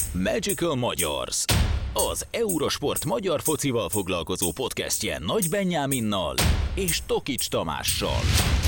Magical Magyars, az Eurosport magyar focival foglalkozó podcastje Nagy Benyáminnal és Tokics Tamással.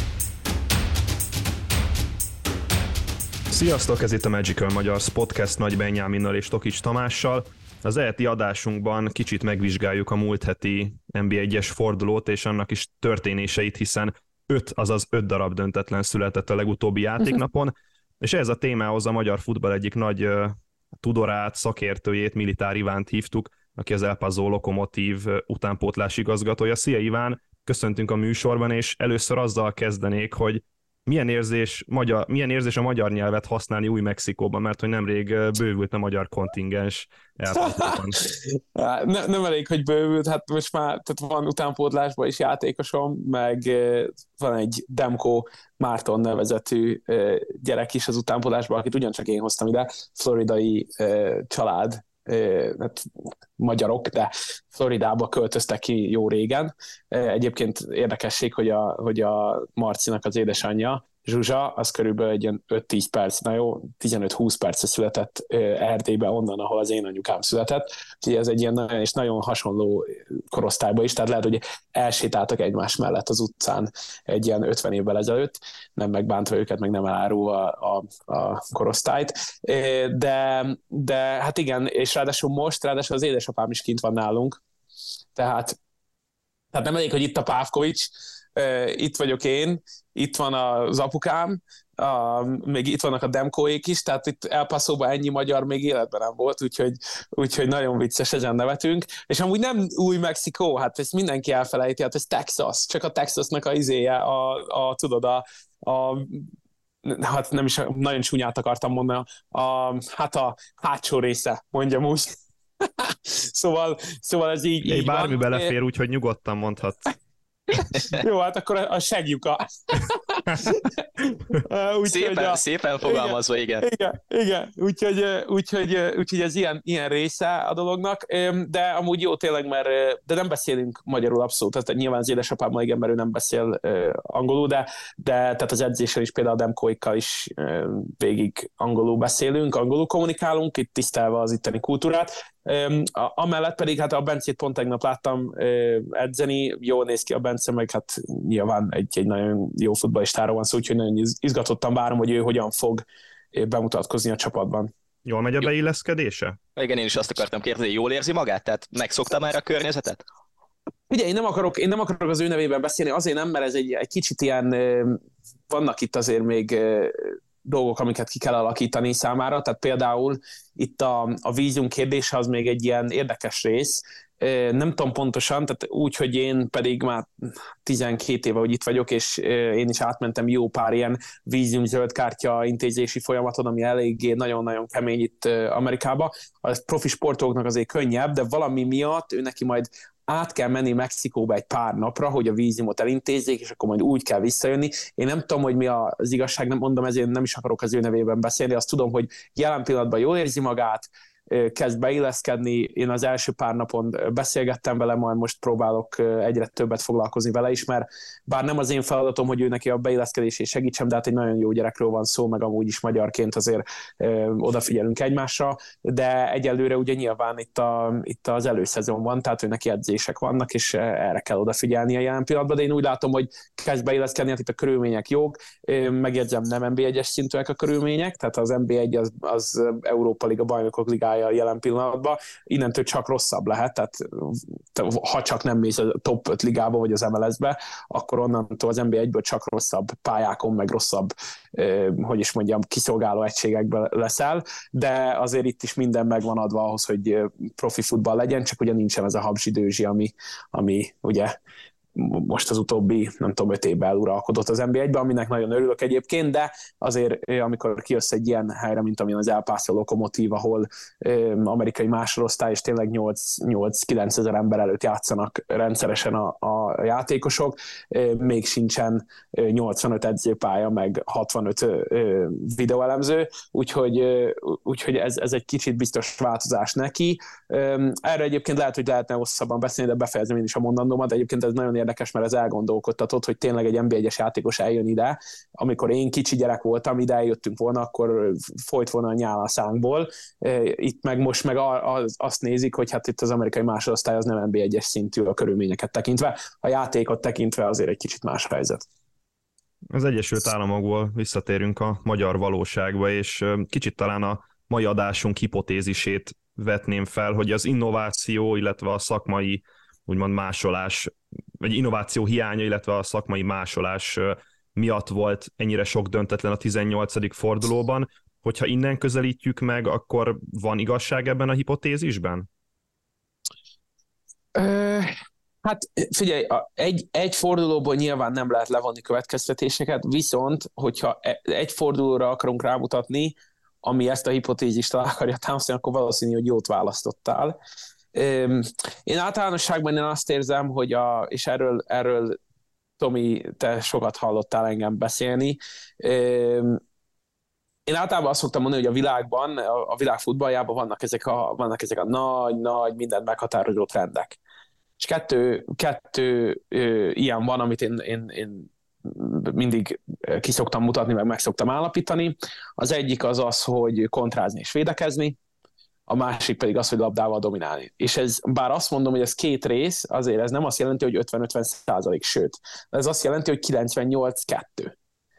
Sziasztok, ez itt a Magical Magyars podcast Nagy Benyáminnal és Tokics Tamással. Az eheti adásunkban kicsit megvizsgáljuk a múlt heti NB1-es fordulót és annak is történéseit, hiszen 5 darab döntetlen született a legutóbbi játéknapon, és ez a témához a magyar futball egyik nagy tudorát, szakértőjét, Militár Ivánt hívtuk, aki az El Paso Lokomotív utánpótlás igazgatója. Szia Iván, köszöntünk a műsorban, és először azzal kezdenék, hogy milyen érzés a magyar nyelvet használni Új-Mexikóban, mert hogy nemrég bővült a magyar kontingens El Pasóban. Nem elég, hogy bővült, hát most már tehát van utánpótlásban is játékosom, meg van egy Demko Márton nevezetű gyerek is az utánpótlásban, akit ugyancsak én hoztam ide, floridai család, hát magyarok, de Floridába költöztek ki jó régen. Egyébként érdekesség, hogy a Marcinak az édesanyja, Zsuzsa, az körülbelül egy ilyen 5-10 perc, na jó, 15-20 percre született Erdélybe onnan, ahol az én anyukám született. Úgyhogy ez egy ilyen nagyon, és nagyon hasonló korosztályban is, tehát lehet, hogy elsétáltak egymás mellett az utcán egy ilyen 50 évvel ezelőtt, nem megbántva őket, meg nem elárulva a korosztályt. De hát igen, és ráadásul az édesapám is kint van nálunk, tehát nem elég, hogy itt a Pávkovics, itt vagyok én, itt van az apukám, még itt vannak a Demkóék is, tehát itt El Pasóban ennyi magyar még életben nem volt, úgyhogy nagyon vicces, ezen nevetünk. És amúgy nem Új-Mexikó, hát ezt mindenki elfelejti, hát ez Texas, csak a Texasnak a izéje, tudod, hát nem is nagyon csúnyát akartam mondani, a hátsó része, mondjam úgy. szóval ez így bármi van. Belefér, úgyhogy nyugodtan mondhatsz. Jó, hát akkor a segjuka. Szépen fogalmazva, igen. Igen. Úgyhogy ez ilyen része a dolognak, de amúgy jó tényleg, de nem beszélünk magyarul abszolút, tehát nyilván az édesapám igen, mert ő nem beszél angolul, de tehát az edzésen is például a Demkóikkal is végig angolul beszélünk, angolul kommunikálunk, itt tisztelve az itteni kultúrát. Amellett pedig hát a Bencét pont tegnap láttam edzeni, jól néz ki a Bence, meg hát nyilván egy nagyon jó futballistáról van szó, úgyhogy nagyon izgatottan várom, hogy ő hogyan fog bemutatkozni a csapatban. Jól megy a beilleszkedése? Igen, én is azt akartam kérdezni, jól érzi magát? Tehát megszokta már a környezetet? Ugye, én nem akarok az ő nevében beszélni, azért nem, mert ez egy kicsit ilyen, vannak itt azért még dolgok, amiket ki kell alakítani számára, tehát például itt a vízum kérdése az még egy ilyen érdekes rész, nem tudom pontosan, tehát úgy, hogy én pedig már 12 éve, hogy itt vagyok, és én is átmentem jó pár ilyen vízum zöld kártya intézési folyamaton, ami eléggé nagyon-nagyon kemény itt Amerikában. A profi sportolóknak azért könnyebb, de valami miatt ő neki majd át kell menni Mexikóba egy pár napra, hogy a vízumot elintézzék, és akkor majd úgy kell visszajönni. Én nem tudom, hogy mi az igazság, nem mondom, ezért nem is akarok az ő nevében beszélni, azt tudom, hogy jelen pillanatban jól érzi magát, kezd beilleszkedni, én az első pár napon beszélgettem vele, majd most próbálok egyre többet foglalkozni vele is, mert bár nem az én feladatom, hogy ő neki a beilleszkedését segítsem, de hát egy nagyon jó gyerekről van szó, meg amúgy is magyarként azért odafigyelünk egymásra, de egyelőre ugye nyilván itt az előszezon van, tehát ő neki edzések vannak, és erre kell odafigyelni a jelen pillanatban, de én úgy látom, hogy kezd beilleszkedni, hát itt a körülmények jók, megjegyzem, nem NB1-es szintűek a körülmények, tehát az NB1 az Európa Liga, Bajnokok Ligája jelen pillanatban, innentől csak rosszabb lehet, tehát ha csak nem mész a top 5 ligába vagy az MLS-be, akkor onnantól az NB1-ből csak rosszabb pályákon, meg rosszabb, hogy is mondjam, kiszolgáló egységekben leszel, de azért itt is minden megvan adva ahhoz, hogy profi futball legyen, csak ugye nincsen ez a habzsidőzsi, ami ugye most az utóbbi, nem tudom, 5 évben eluralkodott az NB1-ben, aminek nagyon örülök egyébként, de azért, amikor kijössz egy ilyen helyre, mint amilyen az El Paso Lokomotív, ahol amerikai másodosztály, és tényleg 8-9 ezer ember előtt játszanak rendszeresen a játékosok, még sincsen 85 edzőpálya, meg 65 videóelemző, úgyhogy ez egy kicsit biztos változás neki. Erre egyébként lehet, hogy lehetne hosszabban beszélni, de befejezem én is a mondandómat, egyébként ez nagyon érdekes, mert ez elgondolkodtatott, hogy tényleg egy NB1-es játékos eljön ide. Amikor én kicsi gyerek voltam, ide eljöttünk volna, akkor folyt volna a nyál a szánkból. Itt meg most meg azt nézik, hogy hát itt az amerikai másodosztály az nem NB1-es szintű a körülményeket tekintve. A játékot tekintve azért egy kicsit más helyzet. Az Egyesült Államokból visszatérünk a magyar valóságba, és kicsit talán a mai adásunk hipotézisét vetném fel, hogy az innováció, illetve a szakmai úgymond másolás, vagy innováció hiánya, illetve a szakmai másolás miatt volt ennyire sok döntetlen a 18. fordulóban. Hogyha innen közelítjük meg, akkor van igazság ebben a hipotézisben? Hát figyelj, egy fordulóból nyilván nem lehet levonni következtetéseket, viszont hogyha egy fordulóra akarunk rámutatni, ami ezt a hipotézist akarja támasztani, akkor valószínű, hogy jót választottál. Én általánosságban én azt érzem, hogy és erről Tomi, te sokat hallottál engem beszélni. Én általában azt szoktam mondani, hogy a világban, a világ futballjában vannak ezek a nagy, mindent meghatározó trendek. És kettő ilyen van, amit én mindig ki szoktam mutatni, meg szoktam állapítani. Az egyik az, hogy kontrázni és védekezni, a másik pedig az, hogy labdával dominálni. És ez, bár azt mondom, hogy ez két rész, azért ez nem azt jelenti, hogy 50-50%, sőt, ez azt jelenti, hogy 98-2.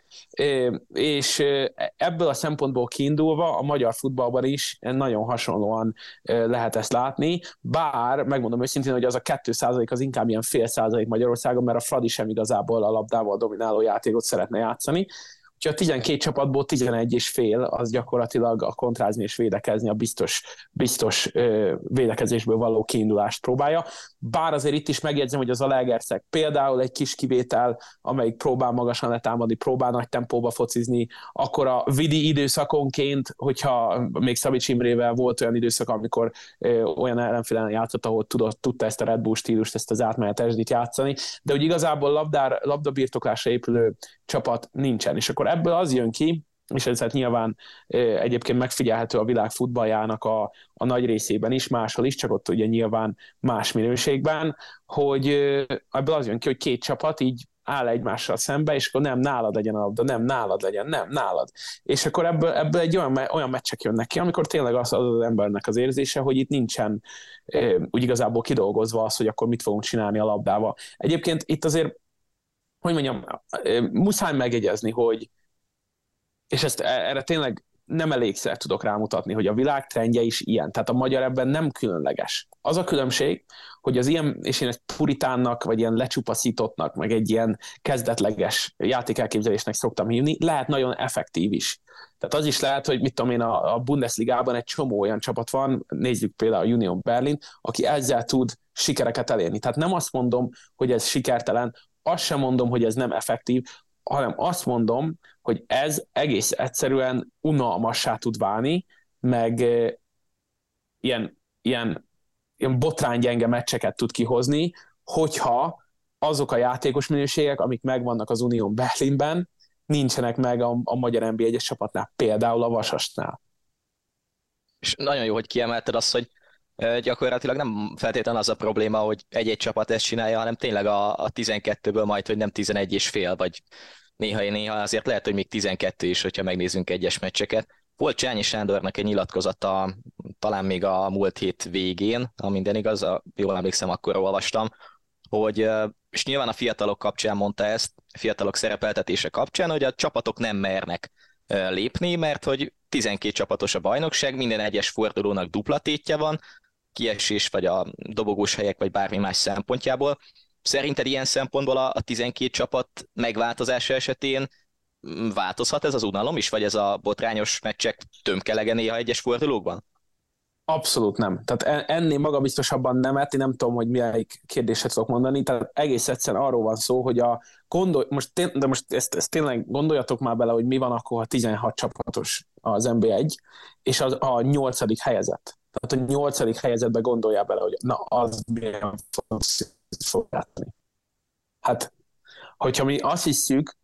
És ebből a szempontból kiindulva a magyar futballban is nagyon hasonlóan lehet ezt látni, bár megmondom őszintén, hogy az a 2% az inkább ilyen fél százalék Magyarországon, mert a Fradi sem igazából a labdával domináló játékot szeretne játszani. Úgyhogy a 12 csapatból 11,5 az gyakorlatilag a kontrázni és védekezni, a biztos védekezésből való kiindulást próbálja. Bár azért itt is megjegyzem, hogy az Zalaegerszeg például egy kis kivétel, amelyik próbál magasan letámadni, próbál nagy tempóba focizni, akkor a vidi időszakonként, hogyha még Szabics Imrével volt olyan időszak, amikor olyan ellenfélen játszott, ahol tudta ezt a Red Bull stílust, ezt az átmenet játszani, de úgy igazából labdabirtoklásra épülő csapat nincsen. És akkor ebből az jön ki, és ez hát nyilván egyébként megfigyelhető a világ futballjának a nagy részében is, máshol is, csak ott ugye nyilván más minőségben, hogy ebből az jön ki, hogy két csapat így áll egymással szembe, és akkor nem nálad legyen a labda, nem nálad legyen, nem nálad. És akkor ebből egy olyan meccsek jönnek ki, amikor tényleg az embernek az érzése, hogy itt nincsen úgy igazából kidolgozva az, hogy akkor mit fogunk csinálni a labdával. Egyébként itt azért, hogy mondjam, muszáj megjegyezni, hogy és erre tényleg nem elégszer tudok rámutatni, hogy a világ trendje is ilyen. Tehát a magyar ebben nem különleges. Az a különbség, hogy az ilyen, és én ezt puritánnak, vagy ilyen lecsupaszítottnak, meg egy ilyen kezdetleges játékelképzelésnek szoktam hívni, lehet nagyon effektív is. Tehát az is lehet, hogy mit tudom én, a Bundesligában egy csomó olyan csapat van, nézzük például a Union Berlin, aki ezzel tud sikereket elérni. Tehát nem azt mondom, hogy ez sikertelen, azt sem mondom, hogy ez nem effektív, hanem azt mondom, hogy ez egész egyszerűen unalmassá tud válni, meg ilyen botránygyenge meccseket tud kihozni, hogyha azok a játékos minőségek, amik megvannak az Unión Berlinben, nincsenek meg a magyar NB1-es csapatnál, például a Vasasnál. És nagyon jó, hogy kiemelted azt, hogy gyakorlatilag nem feltétlenül az a probléma, hogy egy-egy csapat ezt csinálja, hanem tényleg a 12-ből majd, hogy nem 11,5, vagy néha azért lehet, hogy még 12 is, hogyha megnézzünk egyes meccseket. Volt Csányi Sándornak egy nyilatkozata, talán még a múlt hét végén, ha minden igaz, jól emlékszem, akkor olvastam, hogy, és nyilván a fiatalok kapcsán mondta ezt, a fiatalok szerepeltetése kapcsán, hogy a csapatok nem mernek lépni, mert hogy 12 csapatos a bajnokság, minden egyes fordulónak dupla tétje van, kiesés vagy a dobogós helyek, vagy bármi más szempontjából. Szerinted ilyen szempontból a 12 csapat megváltozása esetén változhat ez az unalom is, vagy ez a botrányos meccsek tömkelege néha egyes fordulókban? Abszolút nem. Tehát ennél magabiztosabban nem, én nem tudom, hogy milyen kérdéset tudok mondani, tehát egész egyszerűen arról van szó, hogy most ezt tényleg gondoljatok már bele, hogy mi van akkor, ha 16 csapatos az NB1, és a 8. helyezett. Tehát a 8. helyezetben gondoljál bele, hogy na, az milyen fog látni. Hát, hogyha mi azt hiszük,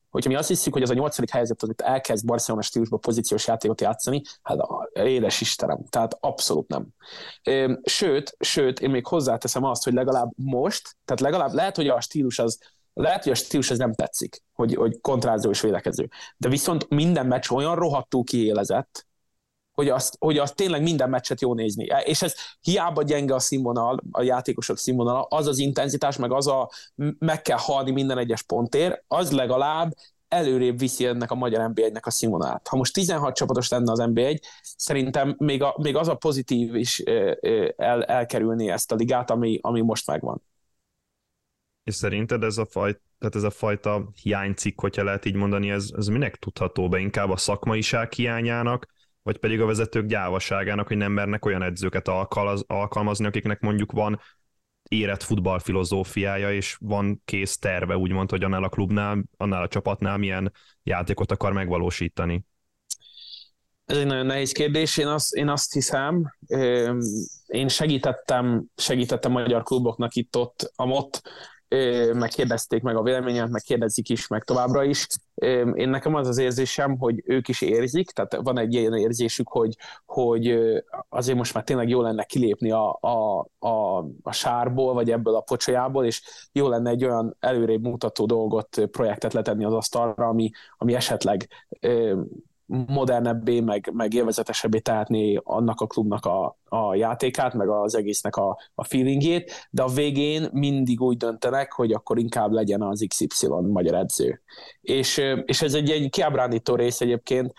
hogyha mi azt hiszük, hogy az a 8. helyzet, amit elkezd Barcelona stílusba pozíciós játékot játszani, hát édes Istenem, tehát abszolút nem. Sőt, én még hozzáteszem azt, hogy legalább most, tehát legalább lehet, hogy a stílus az nem tetszik, hogy kontrázó és védekező. De viszont minden meccs olyan rohadtul kiélezett, hogy azt tényleg minden meccset jó nézni. És ez hiába gyenge a színvonal, a játékosok színvonala, az az intenzitás, meg meg kell halni minden egyes pontért, az legalább előrébb viszi ennek a magyar NB1-nek a színvonalát. Ha most 16 csapatos lenne az NB1, szerintem még az a pozitív is elkerülni ezt a ligát, ami most megvan. És szerinted ez a fajta hiánycikk, hogyha lehet így mondani, ez minek tudható be? Inkább a szakmaiság hiányának, vagy pedig a vezetők gyávaságának, hogy nem mernek olyan edzőket alkalmazni, akiknek mondjuk van érett futballfilozófiája, és van kész terve, úgymond, hogy annál a klubnál, annál a csapatnál milyen játékot akar megvalósítani? Ez egy nagyon nehéz kérdés. Én azt hiszem, én segítettem magyar kluboknak itt-ott, megkérdezték meg a véleményemet, meg kérdezik is, meg továbbra is. Én nekem az érzésem, hogy ők is érzik, tehát van egy ilyen érzésük, hogy azért most már tényleg jó lenne kilépni a sárból, vagy ebből a pocsolyából, és jó lenne egy olyan előrébb mutató dolgot, projektet letenni az asztalra, ami esetleg modernebbé, meg élvezetesebbé tehetné annak a klubnak a játékát, meg az egésznek a feelingjét, de a végén mindig úgy döntenek, hogy akkor inkább legyen az XY magyar edző. És ez egy kiábrándító rész egyébként.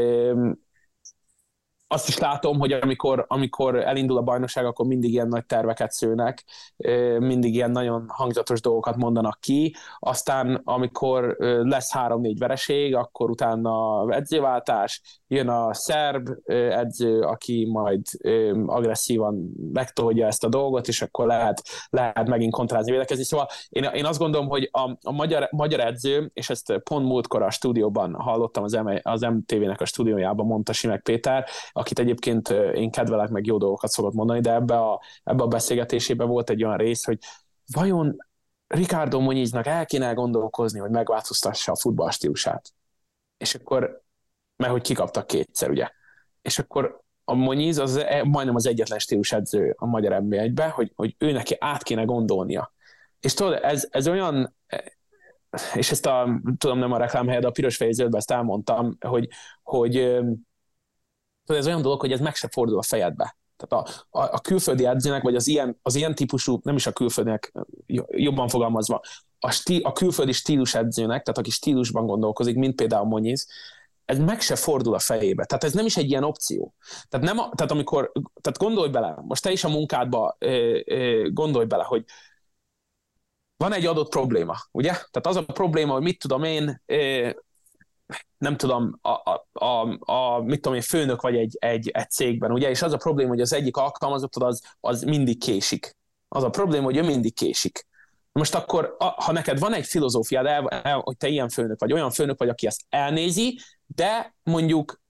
Azt is látom, hogy amikor elindul a bajnokság, akkor mindig ilyen nagy terveket szőnek, mindig ilyen nagyon hangzatos dolgokat mondanak ki, aztán amikor lesz 3-4 vereség, akkor utána edzőváltás, jön a szerb edző, aki majd agresszívan megtolja ezt a dolgot, és akkor lehet megint kontrázni, védekezni. Szóval én azt gondolom, hogy a magyar edző, és ezt pont múltkor a stúdióban hallottam, az MTV-nek a stúdiójában mondta Simek Péter, akit egyébként én kedvelek, meg jó dolgokat szokott mondani, de ebbe a beszélgetésében volt egy olyan rész, hogy vajon Ricardo Muñiznak el kéne gondolkozni, hogy megváltoztassa a futballstílusát. És akkor, mert hogy kikaptak kétszer, ugye. És akkor a Muñiz az majdnem az egyetlen stílusedző a magyar NB1-ben, hogy ő neki át kéne gondolnia. És tudod, ez olyan, és ezt tudom nem a reklámhelyed, a piros fehér zöldben ezt elmondtam, hogy ez olyan dolog, hogy ez meg se fordul a fejedbe. Tehát a külföldi edzőnek, vagy az ilyen típusú, nem is a külföldinek, jobban fogalmazva, a külföldi stílus edzőnek, tehát aki stílusban gondolkozik, mint például Muñiz, ez meg se fordul a fejébe. Tehát ez nem is egy ilyen opció. Tehát gondolj bele, most te is a munkádba gondolj bele, hogy van egy adott probléma, ugye? Tehát az a probléma, hogy mit tudom én, nem tudom, mit tudom én, főnök vagy egy cégben, ugye? És az a probléma, hogy az egyik alkalmazottad az mindig késik. Az a probléma, hogy ő mindig késik. Most akkor, ha neked van egy filozófiád, hogy te ilyen főnök vagy, olyan főnök vagy, aki ezt elnézi, de mondjuk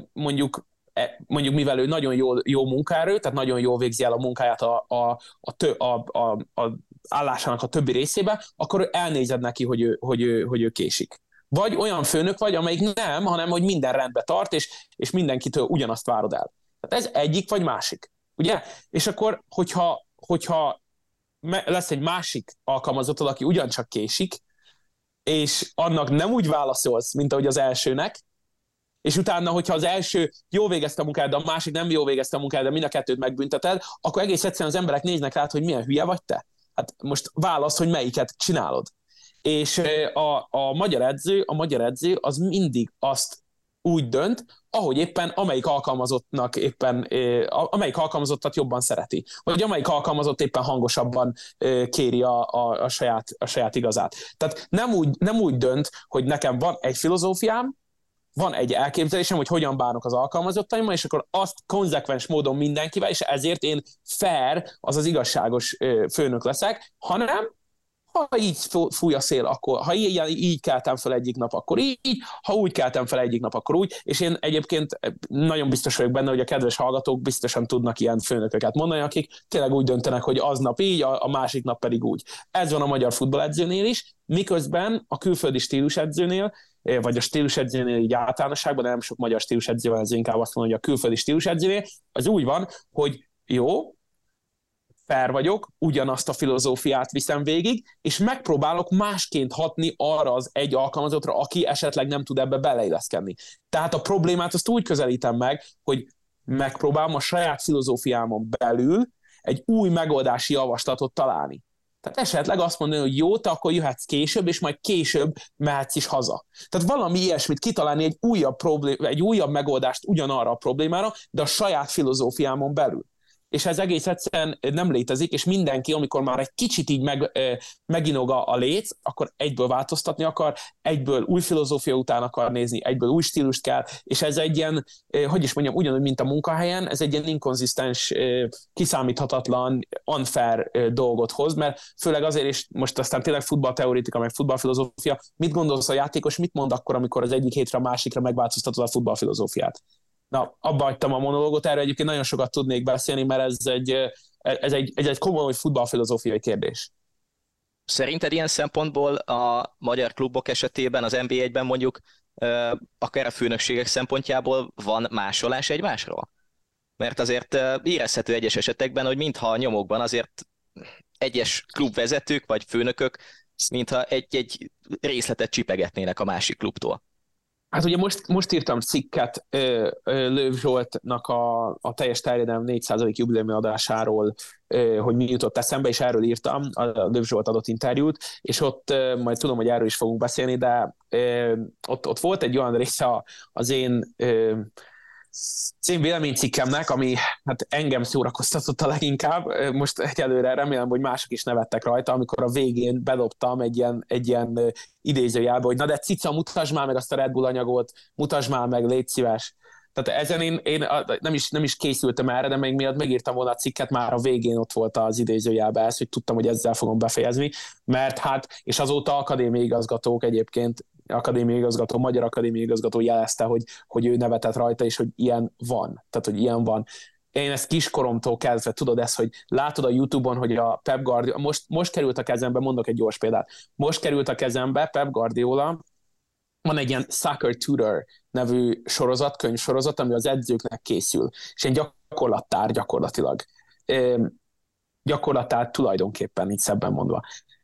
mivel ő nagyon jó munkaerő, tehát nagyon jól végzi el a munkáját a állásának a többi részébe, akkor ő elnézed neki, hogy ő késik. Vagy olyan főnök vagy, amelyik nem, hanem hogy minden rendbe tart, és mindenkitől ugyanazt várod el. Tehát ez egyik vagy másik. Ugye? És akkor, hogyha lesz egy másik alkalmazottad, aki ugyancsak késik, és annak nem úgy válaszolsz, mint ahogy az elsőnek, és utána, hogyha az első jól végezte a munkád, de a másik nem jól végezte a munkád, de mind a kettőt megbünteted, akkor egész egyszerűen az emberek néznek rád, hogy milyen hülye vagy te. Hát most válasz, hogy melyiket csinálod. És a magyar edző az mindig azt úgy dönt, ahogy éppen amelyik alkalmazottat jobban szereti. Vagy amelyik alkalmazott éppen hangosabban kéri a saját igazát. Tehát nem úgy dönt, hogy nekem van egy filozófiám, van egy elképzelésem, hogy hogyan bánok az alkalmazottaimmal, és akkor azt konzekvens módon mindenkivel, és ezért én fair, azaz igazságos főnök leszek, hanem ha így fúj a szél, akkor ha így keltem fel egyik nap, akkor így, ha úgy keltem fel egyik nap, akkor úgy, és én egyébként nagyon biztos vagyok benne, hogy a kedves hallgatók biztosan tudnak ilyen főnököket mondani, akik tényleg úgy döntenek, hogy aznap így, a másik nap pedig úgy. Ez van a magyar futballedzőnél is, miközben a külföldi stílusedzőnél, vagy a stílusedzőnél így általánosságban, de nem sok magyar stílusedző van, ez inkább azt mondom, hogy a külföldi stílusedzőnél, az úgy van, hogy jó, fair vagyok, ugyanazt a filozófiát viszem végig, és megpróbálok másként hatni arra az egy alkalmazottra, aki esetleg nem tud ebbe beleilleszkedni. Tehát a problémát azt úgy közelítem meg, hogy megpróbálom a saját filozófiámon belül egy új megoldási javaslatot találni. Tehát esetleg azt mondani, hogy jó, te akkor jöhetsz később, és majd később mehetsz is haza. Tehát valami ilyesmit kitalálni, egy újabb megoldást ugyanarra a problémára, de a saját filozófiámon belül. És ez egész egyszerűen nem létezik, és mindenki, amikor már egy kicsit így meginog a léc, akkor egyből változtatni akar, egyből új filozófia után akar nézni, egyből új stílust kell, és ez egy ilyen, hogy is mondjam, ugyanúgy, mint a munkahelyen, ez egy ilyen inkonzisztens, kiszámíthatatlan, unfair dolgot hoz, mert főleg azért, és most aztán tényleg futballteoretika, meg futballfilozófia, mit gondolsz a játékos, mit mond akkor, amikor az egyik hétre a másikra megváltoztatod a futballfilozófiát? Na, abba hagytam a monológot, erről egyébként nagyon sokat tudnék beszélni, mert ez egy komoly futballfilozófiai kérdés. Szerinted ilyen szempontból a magyar klubok esetében, az NB1-ben mondjuk, akár a főnökségek szempontjából van másolás egymásról? Mert azért érezhető egyes esetekben, hogy mintha a nyomokban azért egyes klubvezetők vagy főnökök, mintha egy részletet csipegetnének a másik klubtól. Hát ugye most írtam cikket Löw Zsoltnak a teljes terjedelem 400. jubileumi adásáról, hogy mi jutott eszembe, és erről írtam, a Löw Zsolt adott interjút, és ott majd tudom, hogy erről is fogunk beszélni, de ott volt egy olyan része az én véleménycikkemnek, ami hát engem szórakoztatott a leginkább. Most egyelőre remélem, hogy mások is nevettek rajta, amikor a végén bedobtam egy ilyen idézőjelbe, hogy na de cica, mutasd már meg azt a Red Bull anyagot, mutasd már meg, légy szíves. Tehát ezen én nem is készültem erre, de még miatt megírtam volna a cikket, már a végén ott volt az idézőjelbe ez, hogy tudtam, hogy ezzel fogom befejezni, mert hát, és azóta akadémiai igazgatók egyébként, magyar akadémiai igazgató jelezte, hogy ő nevetett rajta, és hogy ilyen van. Tehát, hogy ilyen van. Én ezt kiskoromtól kezdve, tudod ezt, hogy látod a YouTube-on, hogy a Pep Guardiola, most került a kezembe, mondok egy gyors példát, most került a kezembe Pep Guardiola, van egy ilyen Soccer Tutor nevű sorozat, könyvsorozat, ami az edzőknek készül, és egy gyakorlattár gyakorlatilag. Gyakorlattár tulajdonképpen, így szebben mondva.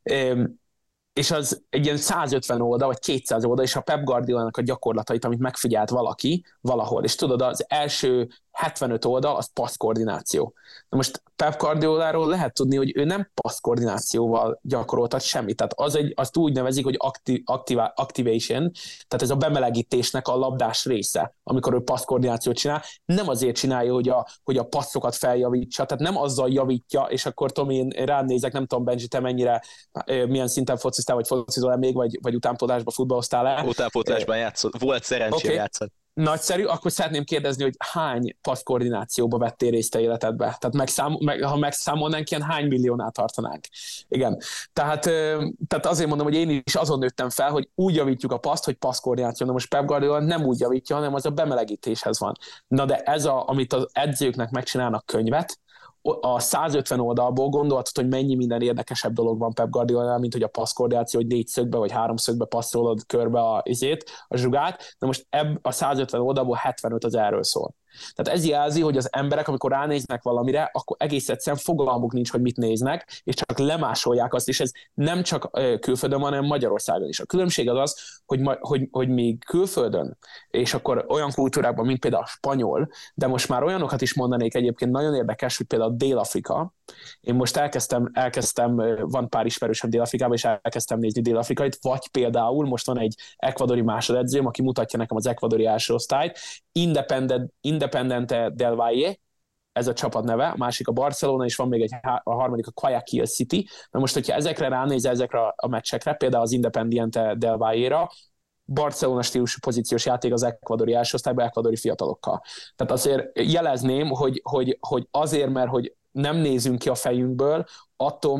És az egy ilyen 150 oldal, vagy 200 oldal, és a Pep Guardiolának a gyakorlatait, amit megfigyelt valaki valahol. És tudod, az első 75 oldal az passzkoordináció. Na most Pep Guardioláról lehet tudni, hogy ő nem passzkoordinációval gyakoroltat semmit. Tehát azt úgy nevezik, hogy activation, tehát ez a bemelegítésnek a labdás része, amikor ő passzkoordinációt csinál. Nem azért csinálja, hogy a passzokat feljavítsa, tehát nem azzal javítja, és akkor Tomi, én rád nézek, nem tudom, Benji, te milyen szinten fociztál, vagy focizol-e még, vagy utánpótlásban futballoztál-e? Utánpótlásban játszott, volt szerencsém játszani. Nagyszerű, akkor szeretném kérdezni, hogy hány passzkoordinációba vettél részt a életedbe? Tehát ha megszámolnánk, ilyen hány milliónál tartanánk? Igen. Tehát azért mondom, hogy én is azon nőttem fel, hogy úgy javítjuk a paszt, hogy passzkoordináció. Na most Pep Guardiola nem úgy javítja, hanem az a bemelegítéshez van. Na de ez amit az edzőknek megcsinálnak könyvet, a 150 oldalból gondolhatod, hogy mennyi minden érdekesebb dolog van Pep Guardiolánál, mint hogy a passzkoordináció, hogy 4-szögbe vagy 3-szögbe passzolod körbe a zsugát. Na most a 150 oldalból 75 az erről szól. Tehát ez jelzi, hogy az emberek, amikor ránéznek valamire, akkor egész egyszerűen fogalmuk nincs, hogy mit néznek, és csak lemásolják azt, és ez nem csak külföldön van, hanem Magyarországon is. A különbség az, hogy még külföldön, és akkor olyan kultúrákban, mint például a spanyol, de most már olyanokat is mondanék egyébként nagyon érdekes, hogy például Dél-Afrika. Én most elkezdtem, van pár ismerősöm Dél-Afrikában, és elkezdtem nézni Dél-Afrikait, vagy például most van egy ekvadori másodedzőm, aki mutatja nekem az ekvadori első osztályt, Independiente del Valle, ez a csapat neve, a másik a Barcelona, és van még a harmadik a Guayaquil City. Na most, hogyha ezekre ránézel, ezekre a meccsekre, például az Independiente del Valle-ra, Barcelona stílusú pozíciós játék az ekvadori első osztályban, ekvadori fiatalokkal. Tehát azért jelezném, hogy azért, mert hogy nem nézünk ki a fejünkből, attól még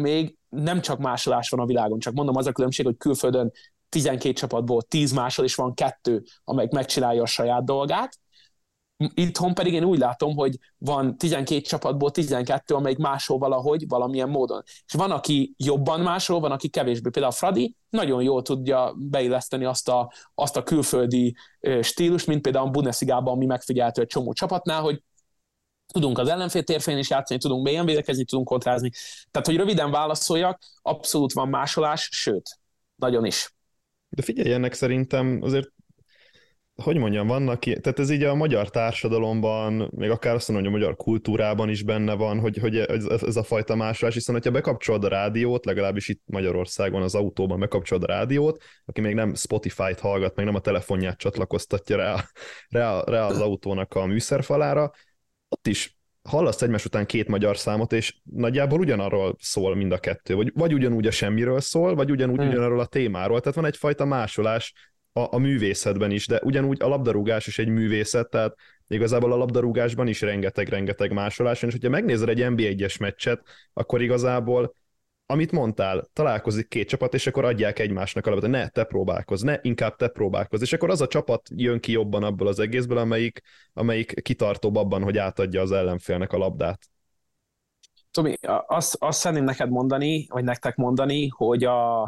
nem csak másolás van a világon, csak mondom, az a különbség, hogy külföldön 12 csapatból 10 másol, és van 2, amelyik megcsinálja a saját dolgát. Itthon pedig én úgy látom, hogy van 12 csapatból 12, amelyik másol valahogy, valamilyen módon. És van, aki jobban másol, van, aki kevésbé. Például a Fradi nagyon jól tudja beilleszteni azt a külföldi stílust, mint például a Bundesligában, ami megfigyelhető egy csomó csapatnál, hogy tudunk az ellenfél térfén is játszani, tudunk mélyen védekezni, tudunk kontrázni. Tehát, hogy röviden válaszoljak, abszolút van másolás, sőt, nagyon is. De figyelj, ennek szerintem azért, hogy mondjam, vannak, tehát ez így a magyar társadalomban, még akár azt mondom, hogy a magyar kultúrában is benne van, hogy ez a fajta másolás, hiszen hogyha bekapcsolod a rádiót, legalábbis itt Magyarországon az autóban bekapcsolod a rádiót, aki még nem Spotify-t hallgat, meg nem a telefonját csatlakoztatja rá az autónak a műszerfalára, ott is hallasz egymás után 2 magyar számot, és nagyjából ugyanarról szól mind a 2, vagy ugyanúgy a semmiről szól, vagy ugyanarról a témáról, tehát van egyfajta másolás a művészetben is, de ugyanúgy a labdarúgás is egy művészet, tehát igazából a labdarúgásban is rengeteg másolás, és hogyha megnézed egy NB1-es meccset, akkor igazából, amit mondtál, találkozik 2 csapat, és akkor adják egymásnak a labdát, ne, te próbálkozz, ne, inkább te próbálkozz, és akkor az a csapat jön ki jobban abból az egészből, amelyik kitartóbb abban, hogy átadja az ellenfélnek a labdát. Tomi, azt szeretném neked mondani, vagy nektek mondani, hogy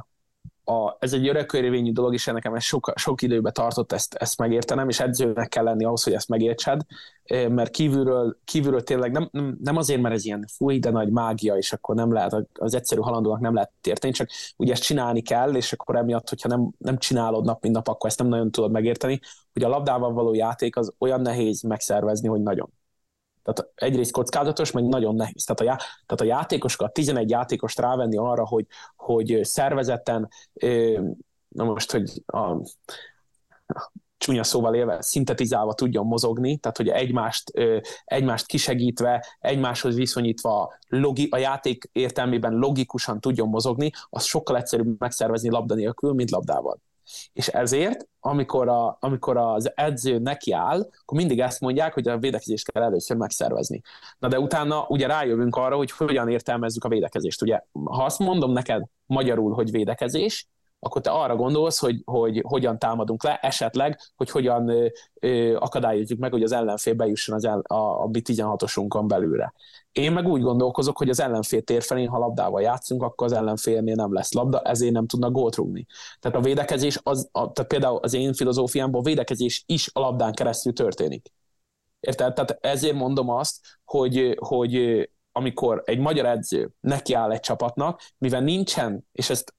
ez egy örökérvényű dolog, és nekem ez sok időbe tartott ezt megértenem, és edzőnek kell lenni ahhoz, hogy ezt megértsed, mert kívülről tényleg nem azért, mert ez ilyen fúj, de nagy mágia, és akkor nem lehet, az egyszerű halandónak nem lehet érteni, csak ugye ezt csinálni kell, és akkor emiatt, hogyha nem csinálod nap, mint nap, akkor ezt nem nagyon tudod megérteni, hogy a labdával való játék az olyan nehéz megszervezni, hogy nagyon. Tehát egyrészt kockázatos, meg nagyon nehéz. Tehát a játékosokat, 11 játékost rávenni arra, hogy szervezetten, na most, hogy a csúnya szóval élve, szintetizálva tudjon mozogni, tehát hogy egymást kisegítve, egymáshoz viszonyítva, a játék értelmében logikusan tudjon mozogni, az sokkal egyszerűbb megszervezni labda nélkül, mint labdával. És ezért, amikor az edző nekiáll, akkor mindig ezt mondják, hogy a védekezést kell először megszervezni. Na de utána ugye rájövünk arra, hogy hogyan értelmezzük a védekezést. Ugye, ha azt mondom neked magyarul, hogy védekezés, akkor te arra gondolsz, hogy hogyan támadunk le, esetleg, hogy hogyan akadályozzuk meg, hogy az ellenfél bejusson a mi 16-osunkon belülre. Én meg úgy gondolkozok, hogy az ellenfél térfelén, ha labdával játszunk, akkor az ellenfélnél nem lesz labda, ezért nem tudnak gólt rúgni. Tehát a védekezés, tehát például az én filozófiámban a védekezés is a labdán keresztül történik. Érted? Tehát ezért mondom azt, hogy amikor egy magyar edző nekiáll egy csapatnak, mivel nincsen, és ezt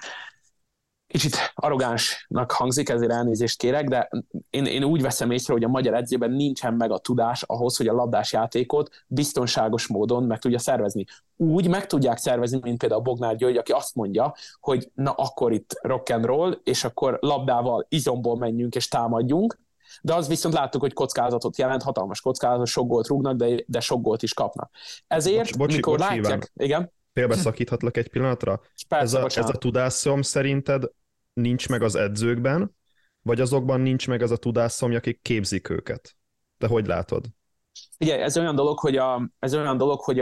kicsit arrogánsnak hangzik, ezért elnézést kérek, de én úgy veszem észre, hogy a magyar edzőben nincsen meg a tudás ahhoz, hogy a labdás játékot biztonságos módon meg tudja szervezni. Úgy meg tudják szervezni, mint például Bognár György, aki azt mondja, hogy na akkor itt rock and roll, és akkor labdával izomból menjünk és támadjunk, de az viszont láttuk, hogy kockázatot jelent, hatalmas kockázatot, sok gólt rúgnak, de sok gólt is kapnak. Ezért, mikor látják... Igen? Félbeszakíthatlak egy pillanatra? Persze, ez a tudásszom szerinted nincs meg az edzőkben, vagy azokban nincs meg az a tudásszom, akik képzik őket? Te hogy látod? Ugye, ez olyan dolog, hogy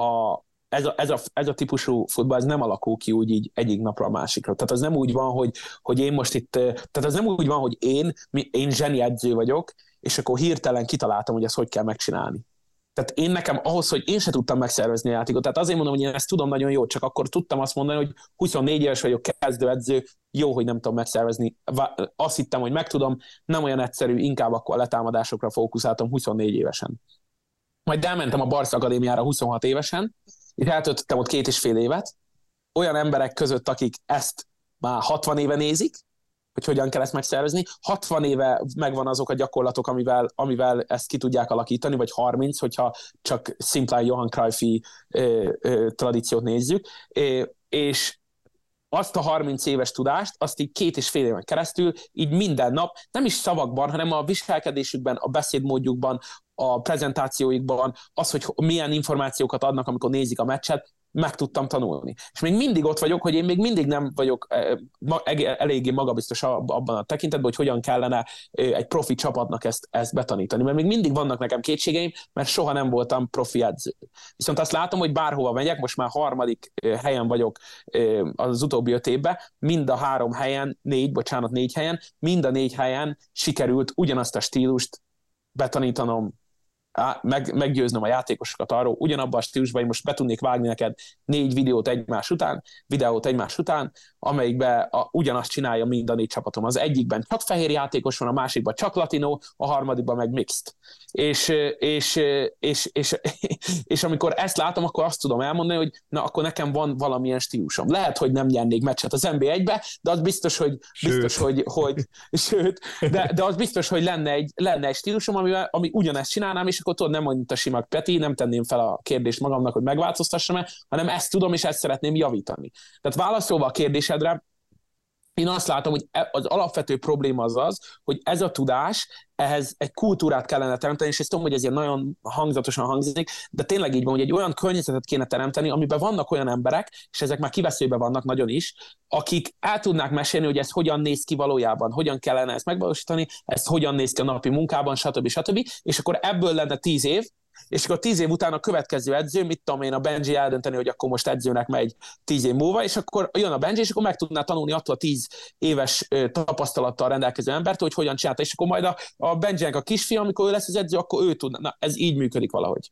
ez a típusú futball ez nem alakul ki úgy így egyik napra a másikra. Tehát az nem úgy van, hogy én most itt, tehát az nem úgy van, hogy én zseni edző vagyok, és akkor hirtelen kitaláltam, hogy ezt hogy kell megcsinálni. Tehát én nekem ahhoz, hogy én se tudtam megszervezni a játékot, tehát azért mondom, hogy én ezt tudom nagyon jó, csak akkor tudtam azt mondani, hogy 24 éves vagyok, kezdőedző, jó, hogy nem tudom megszervezni. Azt hittem, hogy megtudom, nem olyan egyszerű, inkább akkor a letámadásokra fókuszáltam 24 évesen. Majd elmentem a Barca Akadémiára 26 évesen, és eltöltöttem ott 2,5 évet, olyan emberek között, akik ezt már 60 éve nézik, hogy hogyan kell ezt megszervezni. 60 éve megvan azok a gyakorlatok, amivel ezt ki tudják alakítani, vagy 30, hogyha csak szimplán Johan Cruyffi tradíciót nézzük, és azt a 30 éves tudást, azt így 2,5 éven keresztül, így minden nap, nem is szavakban, hanem a viselkedésükben, a beszédmódjukban, a prezentációikban, az, hogy milyen információkat adnak, amikor nézik a meccset, meg tudtam tanulni. És még mindig ott vagyok, hogy én még mindig nem vagyok eléggé magabiztos abban a tekintetben, hogy hogyan kellene egy profi csapatnak ezt betanítani. Mert még mindig vannak nekem kétségeim, mert soha nem voltam profi edző. Viszont azt látom, hogy bárhova megyek, most már 3. helyen vagyok az utóbbi 5 évben, mind a 3 helyen, 4 helyen, mind a 4 helyen sikerült ugyanazt a stílust betanítanom, meggyőznöm a játékosokat arról, ugyanabban a stílusban, én most be tudnék vágni neked 4 videót egymás után, amelyikben ugyanazt csinálja mind a 4 csapatom. Az egyikben csak fehér játékos van, a másikban csak latino, a harmadikban meg mixed. És amikor ezt látom, akkor azt tudom elmondani, hogy na, akkor nekem van valamilyen stílusom. Lehet, hogy nem nyernék meccset az NB1-be, de az biztos, hogy de az biztos, hogy lenne egy stílusom, ami ugyanezt csinálnám, és akkor tudod, nem mondja a sima Peti, nem tenném fel a kérdést magamnak, hogy megváltoztassam-e, hanem ezt tudom, és ezt szeretném javítani. Tehát válaszolva a kérdésedre, én azt látom, hogy az alapvető probléma az, hogy ez a tudás, ehhez egy kultúrát kellene teremteni, és ezt tudom, hogy ezért nagyon hangzatosan hangzik, de tényleg így van, hogy egy olyan környezetet kéne teremteni, amiben vannak olyan emberek, és ezek már kiveszőben vannak nagyon is, akik el tudnák mesélni, hogy ez hogyan néz ki valójában, hogyan kellene ezt megvalósítani, ez hogyan néz ki a napi munkában, stb. És akkor ebből lenne 10 év, és akkor 10 év után a következő edző, mit tudom én, a Benji eldönteni, hogy akkor most edzőnek megy 10 év múlva, és akkor jön a Benji, és akkor meg tudná tanulni attól a 10 éves tapasztalattal rendelkező embert, hogy hogyan csinálta, és akkor majd a Benjinek a kisfia, amikor ő lesz az edző, akkor ő tudna. Na, ez így működik valahogy.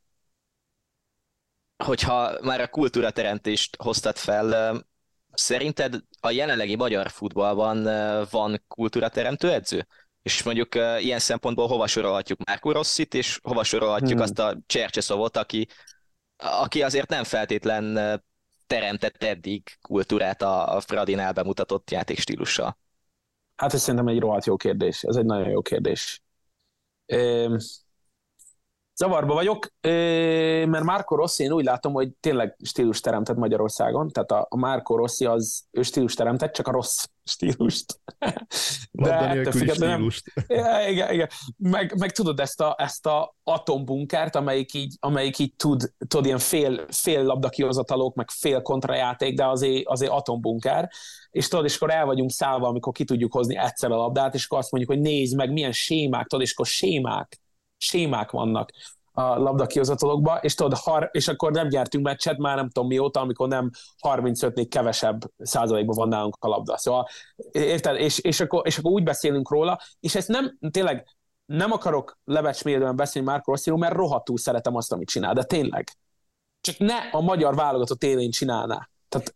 Hogyha már a kultúrateremtést hoztad fel, szerinted a jelenlegi magyar futballban van kultúrateremtő edző? És mondjuk ilyen szempontból hova sorolhatjuk Marco Rossit, és hova sorolhatjuk azt a Csercseszovot, aki azért nem feltétlen teremtett eddig kultúrát a Fradinál bemutatott játékstílussal? Hát ez szerintem egy rohadt jó kérdés. Ez egy nagyon jó kérdés. Zavarba vagyok, mert Marco Rossi, én úgy látom, hogy tényleg stílus teremtett Magyarországon, tehát a Marco Rossi ő stílus teremtett, csak a rossz stílust. De ettől függetlenül igen. Meg tudod ezt a atombunkert, amelyik így tud ilyen fél labdakihozatalok, meg fél kontrajáték, de azért atombunker, és tudod, és akkor el vagyunk szállva, amikor ki tudjuk hozni egyszer a labdát, és akkor azt mondjuk, hogy nézd meg, milyen sémák, tudod, és akkor sémák vannak a labdakihozatalokba, és tudod, és akkor nem nyertünk meccset már nem tudom mióta, amikor nem 35-nél kevesebb százalékban van nálunk a labda. Szóval, érted? És akkor úgy beszélünk róla, és ezt tényleg nem akarok lebecsmérően beszélni Marco Rossiról, mert rohadtul szeretem azt, amit csinál, de tényleg. Csak ne a magyar válogatott élén csinálná. Tehát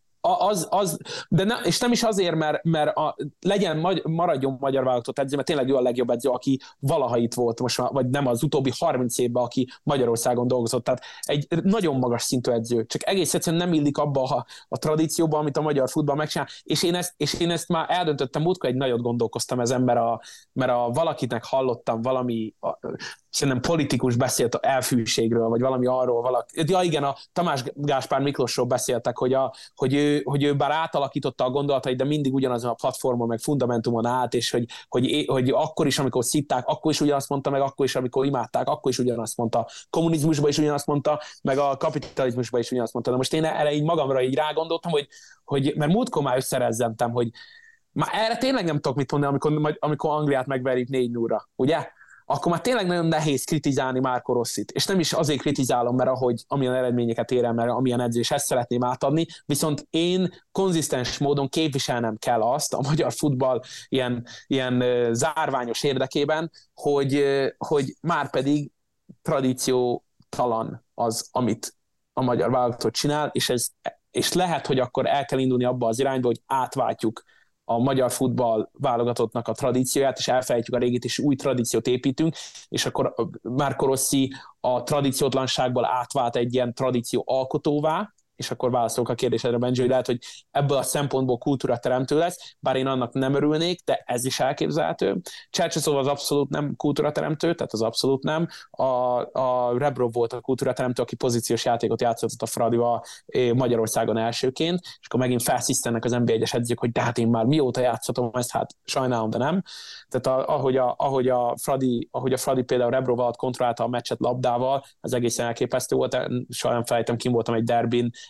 és nem is azért, mert maradjon magyar válogatott edző, mert tényleg ő a legjobb edző, aki valaha itt volt most, vagy nem az utóbbi 30 évben, aki Magyarországon dolgozott. Tehát egy nagyon magas szintű edző, csak egész egyszerűen nem illik abba a tradícióba, amit a magyar futball megcsinál. És én ezt már eldöntöttem, múltkor egy nagyot gondolkoztam ezen, mert valakinek hallottam szerintem politikus beszélt elfűségről, vagy valami arról, ja igen, a Tamás Gáspár Miklósról beszéltek, hogy ő bár átalakította a gondolatait, de mindig ugyanazon a platformon, meg fundamentumon állt, és hogy akkor is, amikor szitták, akkor is ugyanazt mondta, meg akkor is, amikor imádták, akkor is ugyanazt mondta. Kommunizmusban is ugyanazt mondta, meg a kapitalizmusban is ugyanazt mondta. De most én erre így magamra így rágondoltam, hogy mert múltkor már összerezzentem, hogy már erre tényleg nem tudok mit mondani, amikor Angliát megverjük 4-0-ra, ugye? Akkor már tényleg nagyon nehéz kritizálni Marco Rossit. És nem is azért kritizálom, mert amilyen eredményeket ér el, mert amilyen edzés, ezt szeretném átadni, viszont én konzisztens módon képviselnem kell azt a magyar futball ilyen zárványos érdekében, hogy már pedig tradíciótalan az, amit a magyar válogatott csinál, és lehet, hogy akkor el kell indulni abba az irányba, hogy átváltjuk a magyar futball válogatottnak a tradícióját, és elfelejtjük a régit, és új tradíciót építünk, és akkor Marco Rossi a tradíciótlanságból átvált egy ilyen tradíció alkotóvá, és akkor válaszolok a kérdésedre, Benji, hogy lehet, hogy ebből a szempontból kultúra teremtő lesz, bár én annak nem örülnék, de ez is elképzelhető. Csercseszov az abszolút nem kultúra teremtő, tehát az abszolút nem. A Rebrov volt a kultúra teremtő, aki pozíciós játékot játszott a Fradival Magyarországon elsőként, és akkor megint felszisztennek az NB1-es edzők, hogy de hát én már mióta játszhatom ezt, hát sajnálom, de nem. Tehát ahogy a Fradi például Rebrov alatt kontrollálta a meccset labdával, az egészen elképesztő volt. Soha nem felejtem, kim voltam egy derbin,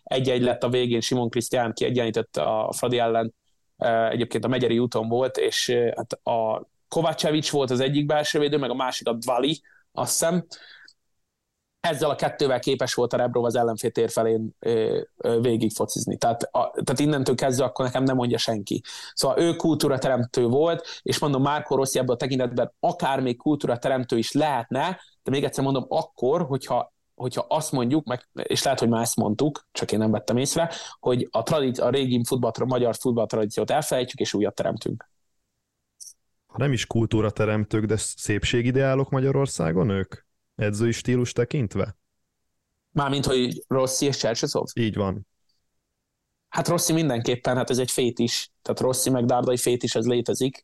1-1 lett a végén, Simon Krisztián kiegyenlített a Fradi ellen, egyébként a Megyeri úton volt, és hát a Kovacevic volt az egyik belsővédő, meg a másik a Dvali, azt hiszem. Ezzel a kettővel képes volt a Rebrov az ellenfél tér felén végig focizni. Tehát innentől kezdve akkor nekem nem mondja senki. Szóval ő kultúrateremtő volt, és mondom, Marco Rossi ebben a tekintetben akár még kultúrateremtő is lehetne, de még egyszer mondom, akkor, hogyha azt mondjuk, és lehet, hogy már ezt mondtuk, csak én nem vettem észre, hogy a régi magyar futballtradíciót elfelejtjük, és újat teremtünk. Ha nem is kultúrateremtők, de szépségideálok Magyarországon ők? Edzői stílus tekintve? Mármint, hogy Rossi és Csercseszov? Így van. Hát Rossi mindenképpen, hát ez egy fétis. Tehát Rossi meg Dárdai fétis, ez létezik.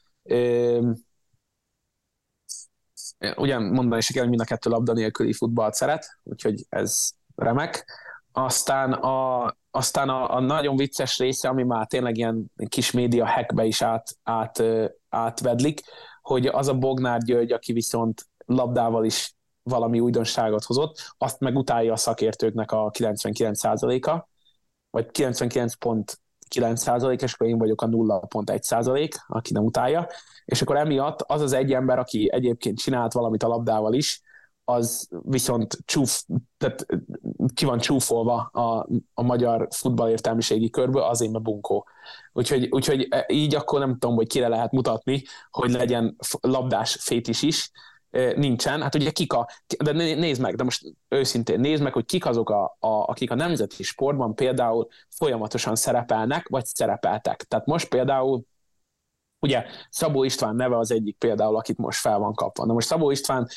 Ugyan mondani is kell, hogy mind a kettő labda nélküli futballt szeret, úgyhogy ez remek. Aztán a nagyon vicces része, ami már tényleg ilyen kis média hackbe is átvedlik, hogy az a Bognár György, aki viszont labdával is valami újdonságot hozott, azt meg utálja a szakértőknek a 99%-a, vagy 99,9%, és akkor én vagyok a 0,1%, aki nem utálja, és akkor emiatt az az egy ember, aki egyébként csinált valamit a labdával is, az viszont tehát ki van csúfolva a magyar futballértelmiségi körből, azért mert bunkó. Úgyhogy így akkor nem tudom, hogy kire lehet mutatni, hogy legyen labdás fétis is, nincsen. Hát ugye de nézd meg, de most őszintén nézd meg, hogy kik azok, akik a nemzeti sportban például folyamatosan szerepelnek, vagy szerepeltek. Tehát most például ugye Szabó István neve az egyik például, akit most fel van kapva. Na most Szabó István,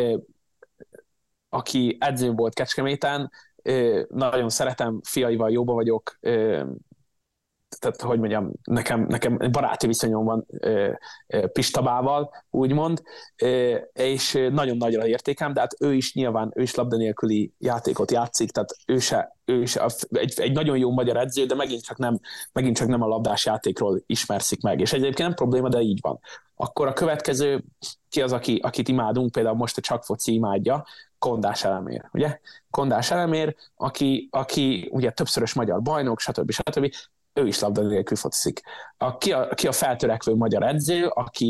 aki edző volt Kecskeméten, nagyon szeretem, fiaival jóba vagyok, tehát hogy mondjam, nekem baráti viszonyom van Pistabával, úgymond, és nagyon nagyra értékem, de hát ő is labda nélküli játékot játszik, tehát ő se egy nagyon jó magyar edző, de megint csak nem a labdás játékról ismerszik meg, és egyébként nem probléma, de így van. Akkor a következő, ki az, akit imádunk, például most a Csak Foci imádja, Kondás Elemér, ugye? Kondás Elemér, aki ugye többszörös magyar bajnok, stb. Ő is labda nélkül focizik. Ki a feltörekvő magyar edző,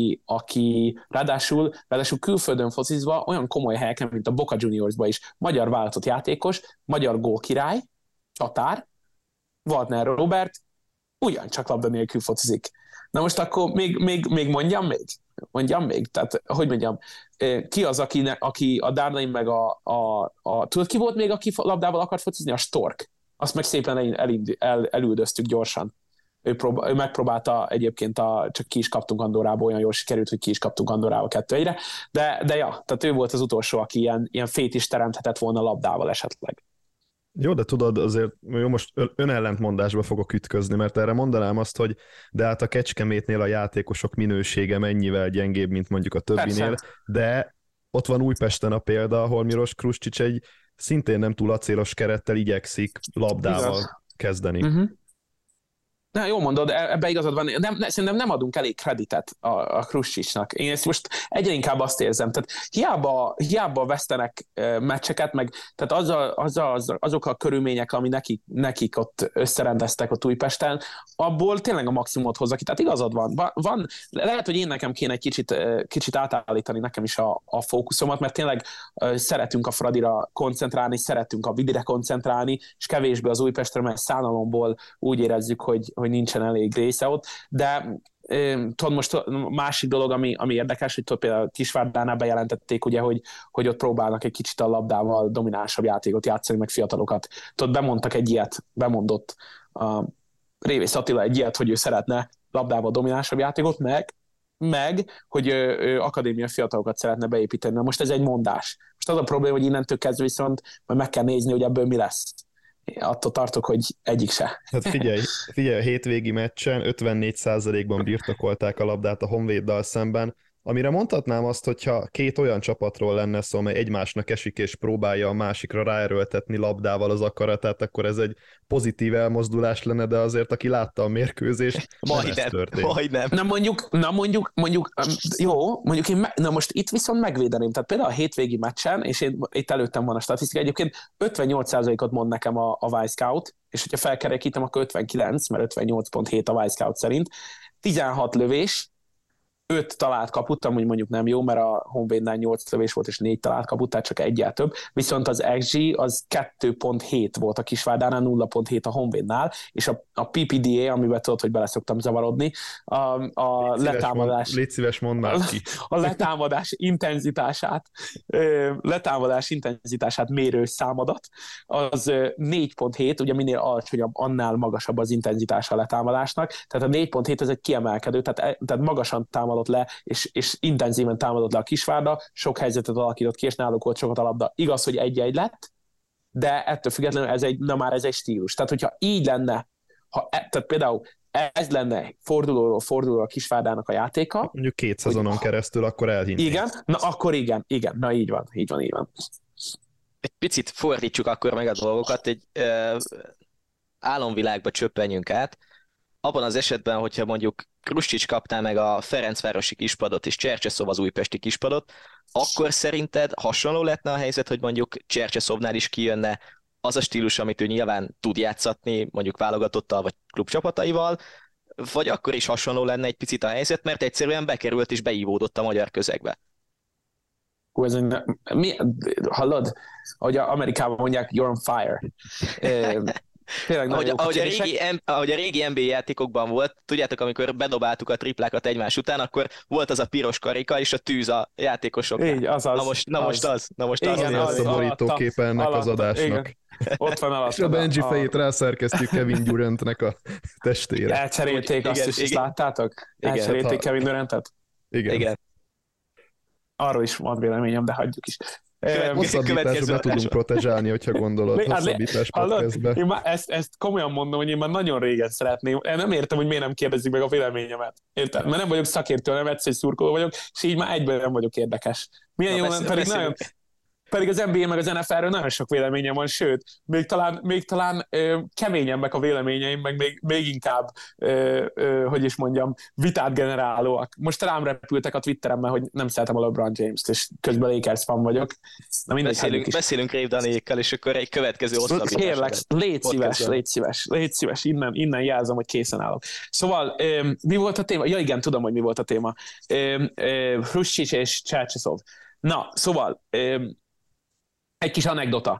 aki ráadásul külföldön focizva olyan komoly helyeken, mint a Boca Juniorsban is magyar válogatott játékos, magyar gólkirály, csatár, Wagner Robert, ugyancsak labda nélkül focizik. Na most akkor még mondjam még, tehát hogy mondjam, ki az, aki a Dárdai meg tudod ki volt még, aki labdával akart focizni? A Stork. Azt meg szépen elüldöztük gyorsan. Ő megpróbálta egyébként, csak ki is kaptunk Andorrába, olyan jól sikerült, hogy ki is kaptunk Andorrába 2-1-re, de ja, tehát ő volt az utolsó, aki ilyen fétis teremthetett volna labdával esetleg. Jó, de tudod, azért most önellentmondásba fogok ütközni, mert erre mondanám azt, hogy de hát a Kecskemétnél a játékosok minősége mennyivel gyengébb, mint mondjuk a többinél, persze. De ott van Újpesten a példa, ahol Miros Kruscsics egy szintén nem túl acélos kerettel igyekszik labdával kezdeni. Uh-huh. Na, jól mondod, ebbe igazad van. Szerintem nem adunk elég kreditet a Kruscsicsnak. Én ezt most egyre inkább azt érzem. Tehát hiába vesztenek meccseket, meg tehát azok a körülmények, ami nekik ott összerendeztek ott Újpesten, abból tényleg a maximumot hozza ki. Tehát igazad van. Lehet, hogy én nekem kéne egy kicsit átállítani nekem is a fókuszomat, mert tényleg szeretünk a Fradira koncentrálni, szeretünk a Vidire koncentrálni, és kevésbé az Újpestre, mert szánalomból úgy érezzük, hogy nincsen elég része ott, de tudod, most másik dolog, ami érdekes, hogy például Kisvárdánál bejelentették, ugye, hogy ott próbálnak egy kicsit a labdával dominánsabb játékot játszani, meg fiatalokat. Tudod, bemondott a Révész Attila egy ilyet, hogy ő szeretne labdával dominánsabb játékot, meg hogy ő akadémia fiatalokat szeretne beépíteni. Na most ez egy mondás. Most az a probléma, hogy innentől kezdve viszont majd meg kell nézni, hogy ebből mi lesz. Attól tartok, hogy egyik se. Hát figyelj, a hétvégi meccsen 54%-ban birtokolták a labdát a Honvéddal szemben, Amire mondhatnám azt, hogyha két olyan csapatról lenne szó, amely egymásnak esik és próbálja a másikra ráerőltetni labdával az akaratát, akkor ez egy pozitív elmozdulás lenne, de azért aki látta a mérkőzést, majdnem. Na most itt viszont megvédeném. Tehát például a hétvégi meccsen, és itt előttem van a statisztika, egyébként 58%-ot mond nekem a Wisecout, és hogyha felkerekítem, akkor 59, mert 58.7 a Wisecout szerint. 16 lövés, 5 talált kaput, amúgy mondjuk nem jó, mert a Honvédnál 8 lövés volt, és 4 talált kaput, tehát csak egyel több. Viszont az XG az 2.7 volt a Kisvárdánál, 0.7 a Honvédnál, és a PPDA, amiben tudod, hogy bele szoktam zavarodni, a letámadás... Légy szíves, mondd már ki. A letámadás intenzitását mérő számadat, az 4.7, ugye minél alacsonyabb, annál magasabb az intenzitása a letámadásnak, tehát a 4.7 ez egy kiemelkedő, tehát magasan támadott le, és intenzíven támadott le a Kisvárda, sok helyzetet alakított ki, és náluk volt sokat a labda. Igaz, hogy 1-1 lett, de ettől függetlenül ez egy stílus. Tehát, hogyha így lenne, tehát például ez lenne fordulóról a Kisvárdának a játéka. Mondjuk 2 szezonon keresztül, akkor elhinnék. Igen, na akkor igen, na így van. Egy picit fordítsuk akkor meg a dolgokat, egy álomvilágba csöppenjünk át. Abban az esetben, hogyha mondjuk Krusčić kapná meg a Ferencvárosi kispadot és Csercseszov az újpesti kispadot, akkor szerinted hasonló lehetne a helyzet, hogy mondjuk Csercseszovnál is kijönne az a stílus, amit ő nyilván tud játszatni, mondjuk válogatottal vagy klubcsapataival, vagy akkor is hasonló lenne egy picit a helyzet, mert egyszerűen bekerült és beívódott a magyar közegbe. Hallod? Ahogy Amerikában mondják, you're on fire. Ahogy a régi NBA játékokban volt, tudjátok, amikor bedobáltuk a triplákat egymás után, akkor volt az a piros karika és a tűz a játékosoknál. Így, azaz. Na most az. Igen, az a borítóképe ennek az adásnak. Igen. Ott van alatt. És a Benji fejét rászerkeztük Kevin Durantnek a testére. Elcserélték azt is láttátok? Elcserélték Kevin Durantet? Igen. Arról is van véleményem, de hagyjuk is. Hosszabbításra tudunk protezsálni, hogyha gondolod. Hosszabbítás podcastbe. Én már ezt komolyan mondom, hogy én már nagyon régen szeretném. Én nem értem, hogy miért nem kérdezik meg a véleményemet. Érted? Mert nem vagyok szakértő, nem egyszerű szurkoló vagyok, és így már egyben nem vagyok érdekes. Milyen jó, pedig az NBA meg az NFL-ről nagyon sok véleményem van, sőt, még talán keményebbek a véleményeim, meg még inkább, hogy is mondjam, vitát generálóak. Most rám repültek a Twitteremben, hogy nem szeretem a LeBron James-t, és közben Lakers fan vagyok. Na beszélünk Rév Danékkal, és akkor egy következő osztabítás. Kérlek, légy szíves, innen jelzem, hogy készen állok. Szóval, mi volt a téma? Ja igen, tudom, hogy mi volt a téma. Krusčić és Csercseszov. Na, szóval, egy kis anekdota.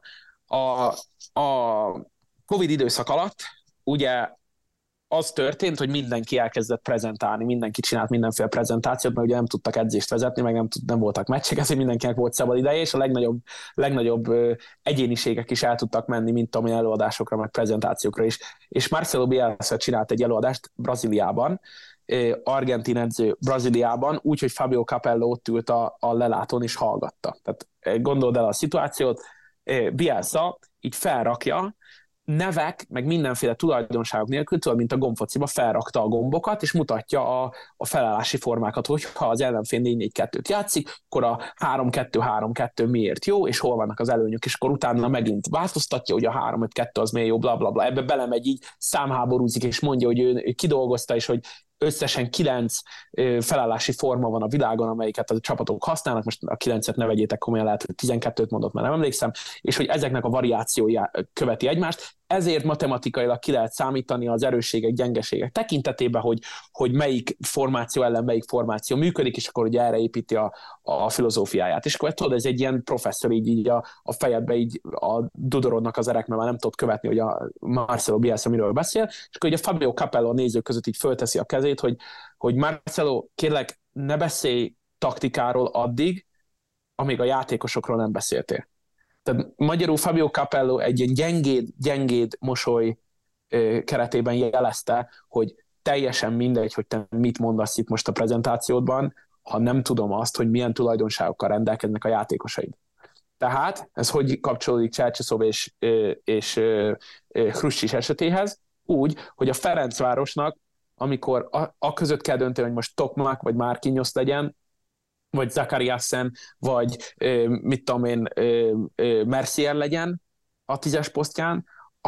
A Covid időszak alatt ugye az történt, hogy mindenki elkezdett prezentálni, mindenki csinált mindenféle prezentációt, mert ugye nem tudtak edzést vezetni, meg nem voltak meccsek, ezért mindenkinek volt szabad ideje, és a legnagyobb egyéniségek is el tudtak menni, mint amilyen előadásokra, meg prezentációkra is. És Marcelo Bielsa csinált egy előadást Brazíliában, argentin edző Brazíliában, úgyhogy Fabio Capello ott ült a lelátón és hallgatta. Tehát gondold el a szituációt, Bielsa így felrakja, nevek, meg mindenféle tulajdonságok nélkül, tudod, mint a gombfociba felrakta a gombokat, és mutatja a felállási formákat, hogy ha az ellenfél 4-4-2-t játszik, akkor a 3-2-3-2 miért jó, és hol vannak az előnyök, és akkor utána megint változtatja, hogy a 3-5-2 az miért jó, bla, bla, bla. Ebbe belemegy így, számháborúzik, és mondja, hogy ő kidolgozta, és hogy összesen 9 felállási forma van a világon, amelyiket a csapatok használnak, most a 9-et ne vegyétek komolyan, lehet, hogy 12-t mondott, már nem emlékszem, és hogy ezeknek a variációja követi egymást, ezért matematikailag ki lehet számítani az erősségek, gyengeségek tekintetében, hogy melyik formáció ellen melyik formáció működik, és akkor ugye erre építi a filozófiáját. És akkor tudod, ez egy ilyen professzor így a fejedbe így dudorodnak az erek, mert már nem tudod követni, hogy a Marcelo Bielsa miről beszél, és akkor ugye Fabio Capello a nézők között így fölteszi a kezét, hogy Marcelo, kérlek, ne beszélj taktikáról addig, amíg a játékosokról nem beszéltél. Tehát magyarul Fabio Capello egy ilyen gyengéd mosoly keretében jelezte, hogy teljesen mindegy, hogy te mit mondasz itt most a prezentációdban, ha nem tudom azt, hogy milyen tulajdonságokkal rendelkeznek a játékosaid. Tehát ez hogy kapcsolódik Csercseszov és Krusčić esetéhez? Úgy, hogy a Ferencvárosnak, amikor a között kell dönteni, hogy most Tokmak vagy Márquinhos legyen, vagy Zakariasen, vagy mit tudom én, Mercier legyen a 10-es posztján,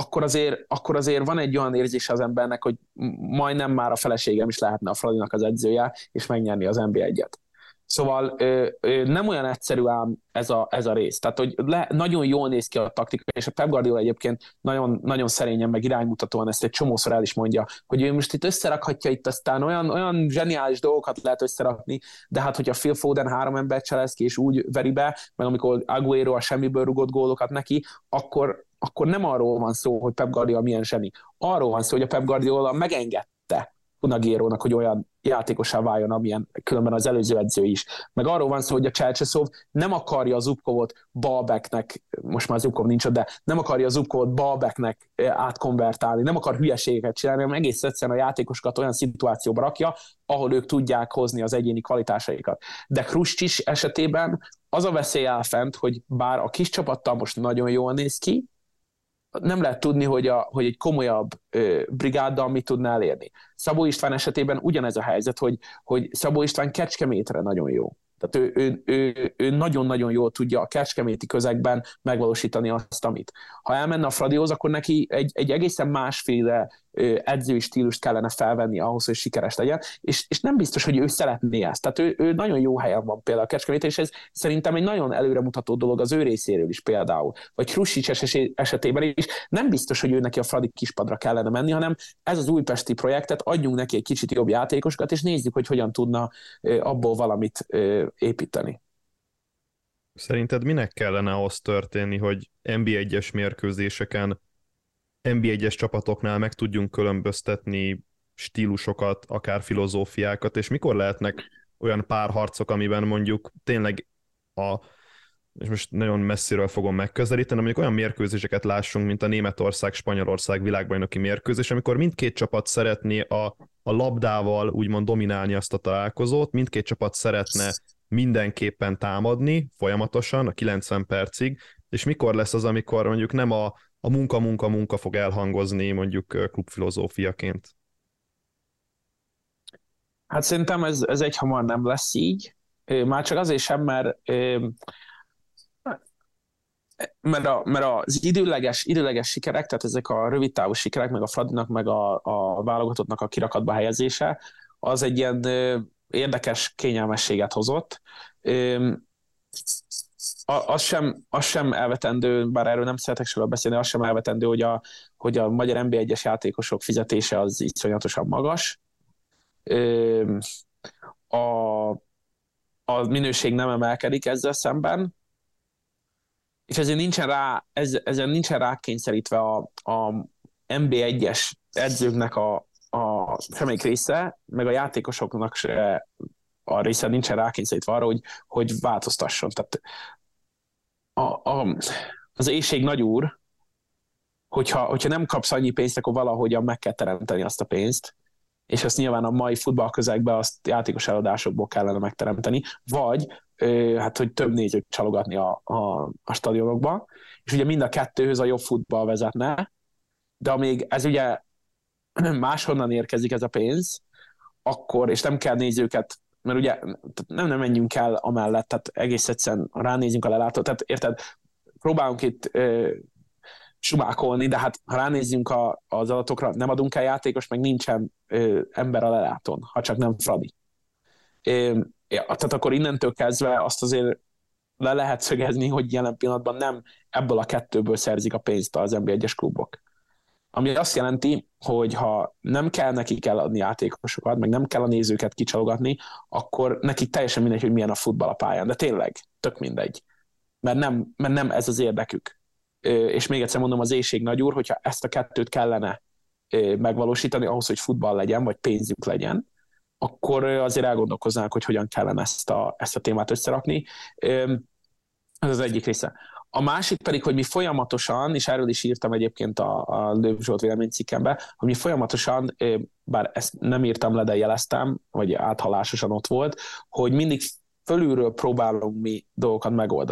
akkor azért van egy olyan érzése az embernek, hogy majdnem már a feleségem is lehetne a Fradinak az edzője, és megnyerni az NB1-et. Szóval nem olyan egyszerű ám ez a rész. Tehát, hogy nagyon jól néz ki a taktika, és a Pep Guardiola egyébként nagyon, nagyon szerényen, meg iránymutatóan ezt egy csomószor el is mondja, hogy ő most itt összerakhatja itt aztán olyan zseniális dolgokat lehet összerakni, de hát, hogyha Phil Foden 3 embert cselez ki, és úgy veri be, meg amikor Agüero a semmiből rugott gólokat neki, akkor nem arról van szó, hogy Pep Guardiola milyen zseni. Arról van szó, hogy a Pep Guardiola megengedte Kun Aguerónak, hogy olyan játékossá váljon, amilyen különben az előző edző is. Meg arról van szó, hogy a Csercseszov nem akarja a Zubkovot balbacknek, most már Zubkov nincs ott, de nem akarja a Zubkovot balbacknek átkonvertálni, nem akar hülyeségeket csinálni, hanem egész egyszerűen a játékosokat olyan szituációba rakja, ahol ők tudják hozni az egyéni kvalitásaikat. De Kruscsics esetében az a veszély áll fent, hogy bár a kis csapattal most nagyon jól néz ki, nem lehet tudni, hogy egy komolyabb brigáddal mit tudná elérni. Szabó István esetében ugyanez a helyzet, hogy Szabó István Kecskemétre nagyon jó. Tehát ő nagyon-nagyon jól tudja a kecskeméti közegben megvalósítani azt, amit. Ha elmenne a Fradihoz, akkor neki egy egészen másféle edzői stílust kellene felvenni ahhoz, hogy sikeres legyen, és nem biztos, hogy ő szeretné ezt. Tehát ő nagyon jó helyen van például a Kecskeméten, és ez szerintem egy nagyon előremutató dolog az ő részéről is például. Vagy Kruscsics esetében is nem biztos, hogy ő neki a Fradi kispadra kellene menni, hanem ez az újpesti projektet, adjunk neki egy kicsit jobb játékosokat, és nézzük, hogy hogyan tudna abból valamit építeni. Szerinted minek kellene ahhoz történni, hogy NB1-es mérkőzéseken NB1-es csapatoknál meg tudjunk különböztetni stílusokat, akár filozófiákat, és mikor lehetnek olyan párharcok, amiben mondjuk tényleg és most nagyon messziről fogom megközelíteni, mondjuk olyan mérkőzéseket lássunk, mint a Németország-Spanyolország világbajnoki mérkőzés, amikor mindkét csapat szeretné a labdával úgymond dominálni azt a találkozót, mindkét csapat szeretne mindenképpen támadni folyamatosan a 90 percig, és mikor lesz az, amikor mondjuk nem a munka fog elhangozni mondjuk klubfilozófiaként? Hát szerintem ez egyhamar nem lesz így. Már csak azért sem, mert az időleges sikerek, tehát ezek a rövidtávú sikerek, meg a Fradinak, meg a válogatottnak a kirakatba helyezése, az egy ilyen érdekes kényelmességet hozott. Az sem elvetendő, bár erről nem szeretek sokat beszélni, az sem elvetendő, hogy a magyar NB1-es játékosok fizetése az iszonyatosan magas. A minőség nem emelkedik ezzel szemben, és ezért ezzel nincsen rákényszerítve a NB1-es edzőknek a semmelyik része, meg a játékosoknak se a része nincsen rákényszerítve arra, hogy változtasson. Tehát az éhség nagy úr, hogyha nem kapsz annyi pénzt, akkor valahogyan meg kell teremteni azt a pénzt, és azt nyilván a mai futballközegben azt játékos eladásokból kellene megteremteni, vagy hát, hogy több nézőt csalogatni a stadionokba, és ugye mind a kettőhöz a jobb futball vezetne, de amíg ez ugye máshonnan érkezik ez a pénz, akkor, és nem kell nézőket, mert ugye nem menjünk el amellett, tehát egész egyszerűen ránézünk a lelátó, tehát érted, próbálunk itt sumákolni, de hát ha ránézzünk az adatokra, nem adunk el játékos, meg nincsen ember a lelátón, ha csak nem Fradi. Tehát akkor innentől kezdve azt azért le lehet szögezni, hogy jelen pillanatban nem ebből a kettőből szerzik a pénzt az NB1-es klubok. Ami azt jelenti, hogy ha nem kell nekik eladni játékosokat, meg nem kell a nézőket kicsalogatni, akkor nekik teljesen mindegy, hogy milyen a futball a pályán. De tényleg, tök mindegy. Mert nem ez az érdekük. És még egyszer mondom, az éhség nagy úr, hogyha ezt a kettőt kellene megvalósítani ahhoz, hogy futball legyen, vagy pénzük legyen, akkor azért elgondolkoznánk, hogy hogyan kellene ezt a témát összerakni. Ez az egyik része. A másik pedig, hogy mi folyamatosan, és erről is írtam egyébként a Löw Zsolt véleménycikkemben, hogy mi folyamatosan, bár ezt nem írtam le, de jeleztem, vagy áthallásosan ott volt, hogy mindig fölülről próbálunk mi dolgokat megoldani.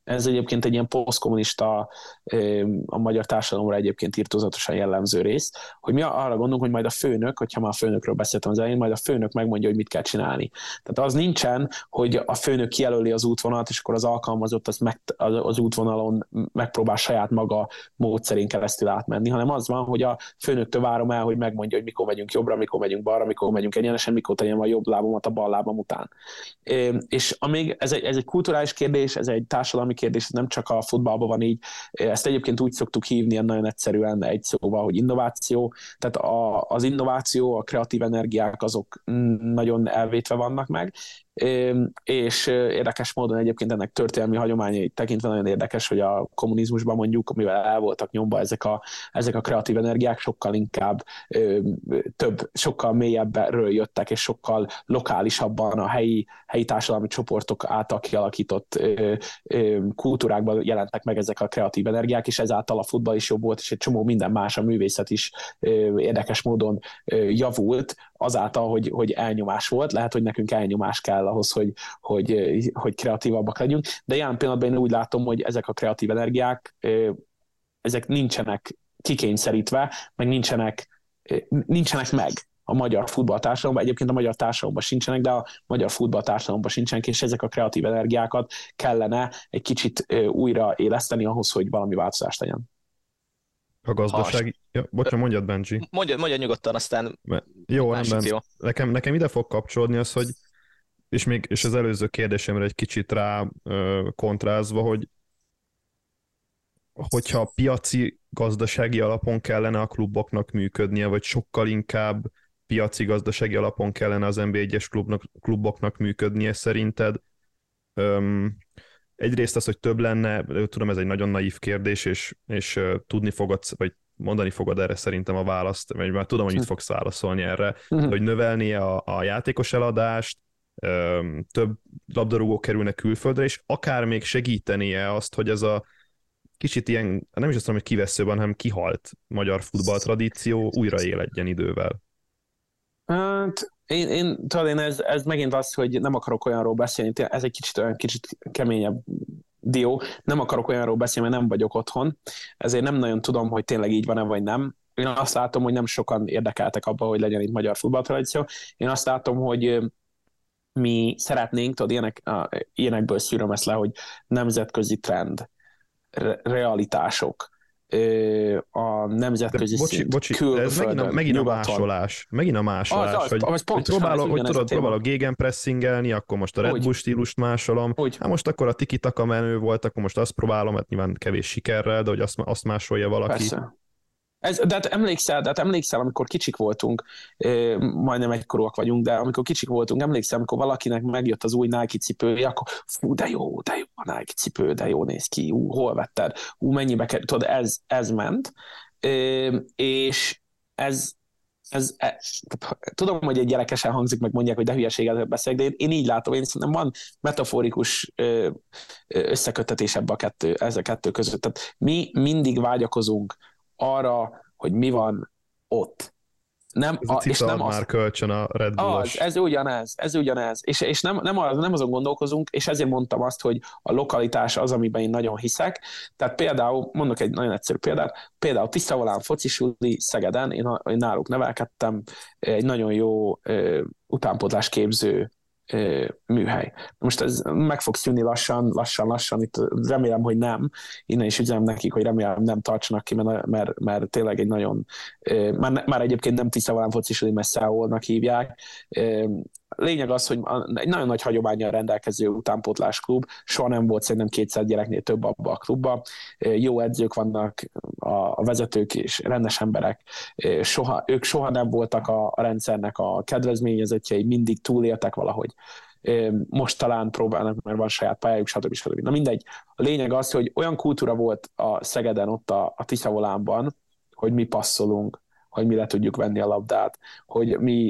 Ez egyébként egy ilyen posztkommunista, a magyar társadalomra egyébként irtózatosan jellemző rész, hogy mi arra gondolunk, hogy majd a főnök, hogyha már a főnökről beszéltem az elején, majd a főnök megmondja, hogy mit kell csinálni. Tehát az nincsen, hogy a főnök kijelöli az útvonalat, és akkor az alkalmazott az útvonalon megpróbál saját maga módszerén keresztül átmenni, hanem az van, hogy a főnöktől várom el, hogy megmondja, hogy mikor megyünk jobbra, mikor megyünk balra, mikor megyünk egyenesen, mikor tegyem a jobb lábamat a bal lábam után. És amíg ez egy kulturális kérdés, ez egy társadalmi kérdés, ez nem csak a futballban van így, ezt egyébként úgy szoktuk hívni ilyen nagyon egyszerűen egy szóval, hogy innováció, tehát az innováció, a kreatív energiák azok nagyon elvétve vannak meg, és érdekes módon egyébként ennek történelmi hagyományait tekintve nagyon érdekes, hogy a kommunizmusban mondjuk, mivel el voltak nyomva ezek a kreatív energiák, sokkal inkább sokkal mélyebbre jöttek, és sokkal lokálisabban a helyi társadalmi csoportok által kialakított kultúrákban jelentek meg ezek a kreatív energiák, és ezáltal a futball is jobb volt, és egy csomó minden más, a művészet is érdekes módon javult, azáltal, hogy elnyomás volt. Lehet, hogy nekünk elnyomás kell ahhoz, hogy kreatívabbak legyünk, de jelen pillanatban én úgy látom, hogy ezek a kreatív energiák, ezek nincsenek kikényszerítve, meg nincsenek meg a magyar futballtársadalomban, egyébként a magyar társadalomban sincsenek, de a magyar futballtársadalomban sincsenek, és ezek a kreatív energiákat kellene egy kicsit újra éleszteni ahhoz, hogy valami változást legyen. A gazdaság... Bocsánat, mondjad, Benji. Mondjad nyugodtan, aztán... Jó, nekem ide fog kapcsolódni az, hogy és az előző kérdésemre egy kicsit rá kontrázva, hogyha piaci gazdasági alapon kellene a kluboknak működnie, vagy sokkal inkább piaci gazdasági alapon kellene az NB1-es kluboknak működnie szerinted? Egyrészt az, hogy több lenne, tudom, ez egy nagyon naív kérdés, és tudni fogod, vagy mondani fogod erre szerintem a választ, vagy már tudom, hogy mit fogsz válaszolni erre, hogy növelnie a játékos eladást, több labdarúgó kerülne külföldre, és akár még segítenie azt, hogy ez a kicsit ilyen, nem is azt mondom, hogy kiveszőben, hanem kihalt magyar futballtradíció újra éledjen idővel. Hát, talán ez megint az, hogy nem akarok olyanról beszélni, ez egy kicsit keményebb dió, nem akarok olyanról beszélni, mert nem vagyok otthon, ezért nem nagyon tudom, hogy tényleg így van-e, vagy nem. Én azt látom, hogy nem sokan érdekeltek abba, hogy legyen itt magyar futballtradíció. Én azt látom, hogy mi szeretnénk, tudod, ilyenekből szűröm ezt le, hogy nemzetközi trend, realitások, a nemzetközi szint, külföldön, ez megint a másolás. Megint a másolás, hogy próbálok gegenpressingelni, akkor most a Red Bull stílust másolom. Hát most akkor a tiki-taka menő volt, akkor most azt próbálom, hát nyilván kevés sikerrel, de hogy azt másolja valaki. Persze. De hát emlékszel, amikor kicsik voltunk, majdnem egykorúak vagyunk, de amikor kicsik voltunk, emlékszel, amikor valakinek megjött az új Nike cipője, akkor fú, de jó a Nike cipő, de jó néz ki, hol vetted, mennyibe kerül, tudod, ez ment, és ez tudom, hogy egy gyerekesen hangzik, meg mondják, hogy de hülyeséget beszélek, de én így látom, én szerintem van metaforikus összeköttetés ebbe ez a kettő között. Tehát mi mindig vágyakozunk arra, hogy mi van ott. És nem már kölcsön a Red Bullos. Ez ugyanez. És nem azon gondolkozunk, és ezért mondtam azt, hogy a lokalitás az, amiben én nagyon hiszek. Tehát például, mondok egy nagyon egyszerű példát, például Tiszavolán focisuli Szegeden, én náluk nevelkedtem, egy nagyon jó utánpótlás képző műhely. Most ez meg fog szűnni lassan, itt remélem, hogy nem. Innen is üzenem nekik, hogy remélem nem tartsanak ki, mert tényleg egy nagyon, már egyébként nem Tiszavalán focisuli, mert Szeolnak hívják. Lényeg az, hogy egy nagyon nagy hagyománnyal rendelkező utánpótlás klub, soha nem volt szerintem 200 gyereknél több abba a klubba. Jó edzők vannak, a vezetők és rendes emberek, ők soha nem voltak a rendszernek a kedvezményezettjei, mindig túléltek valahogy. Most talán próbálnak, mert van saját pályájuk, stb. Na mindegy. A lényeg az, hogy olyan kultúra volt a Szegeden, ott a Tiszavolánban, hogy mi passzolunk, hogy mi le tudjuk venni a labdát, hogy mi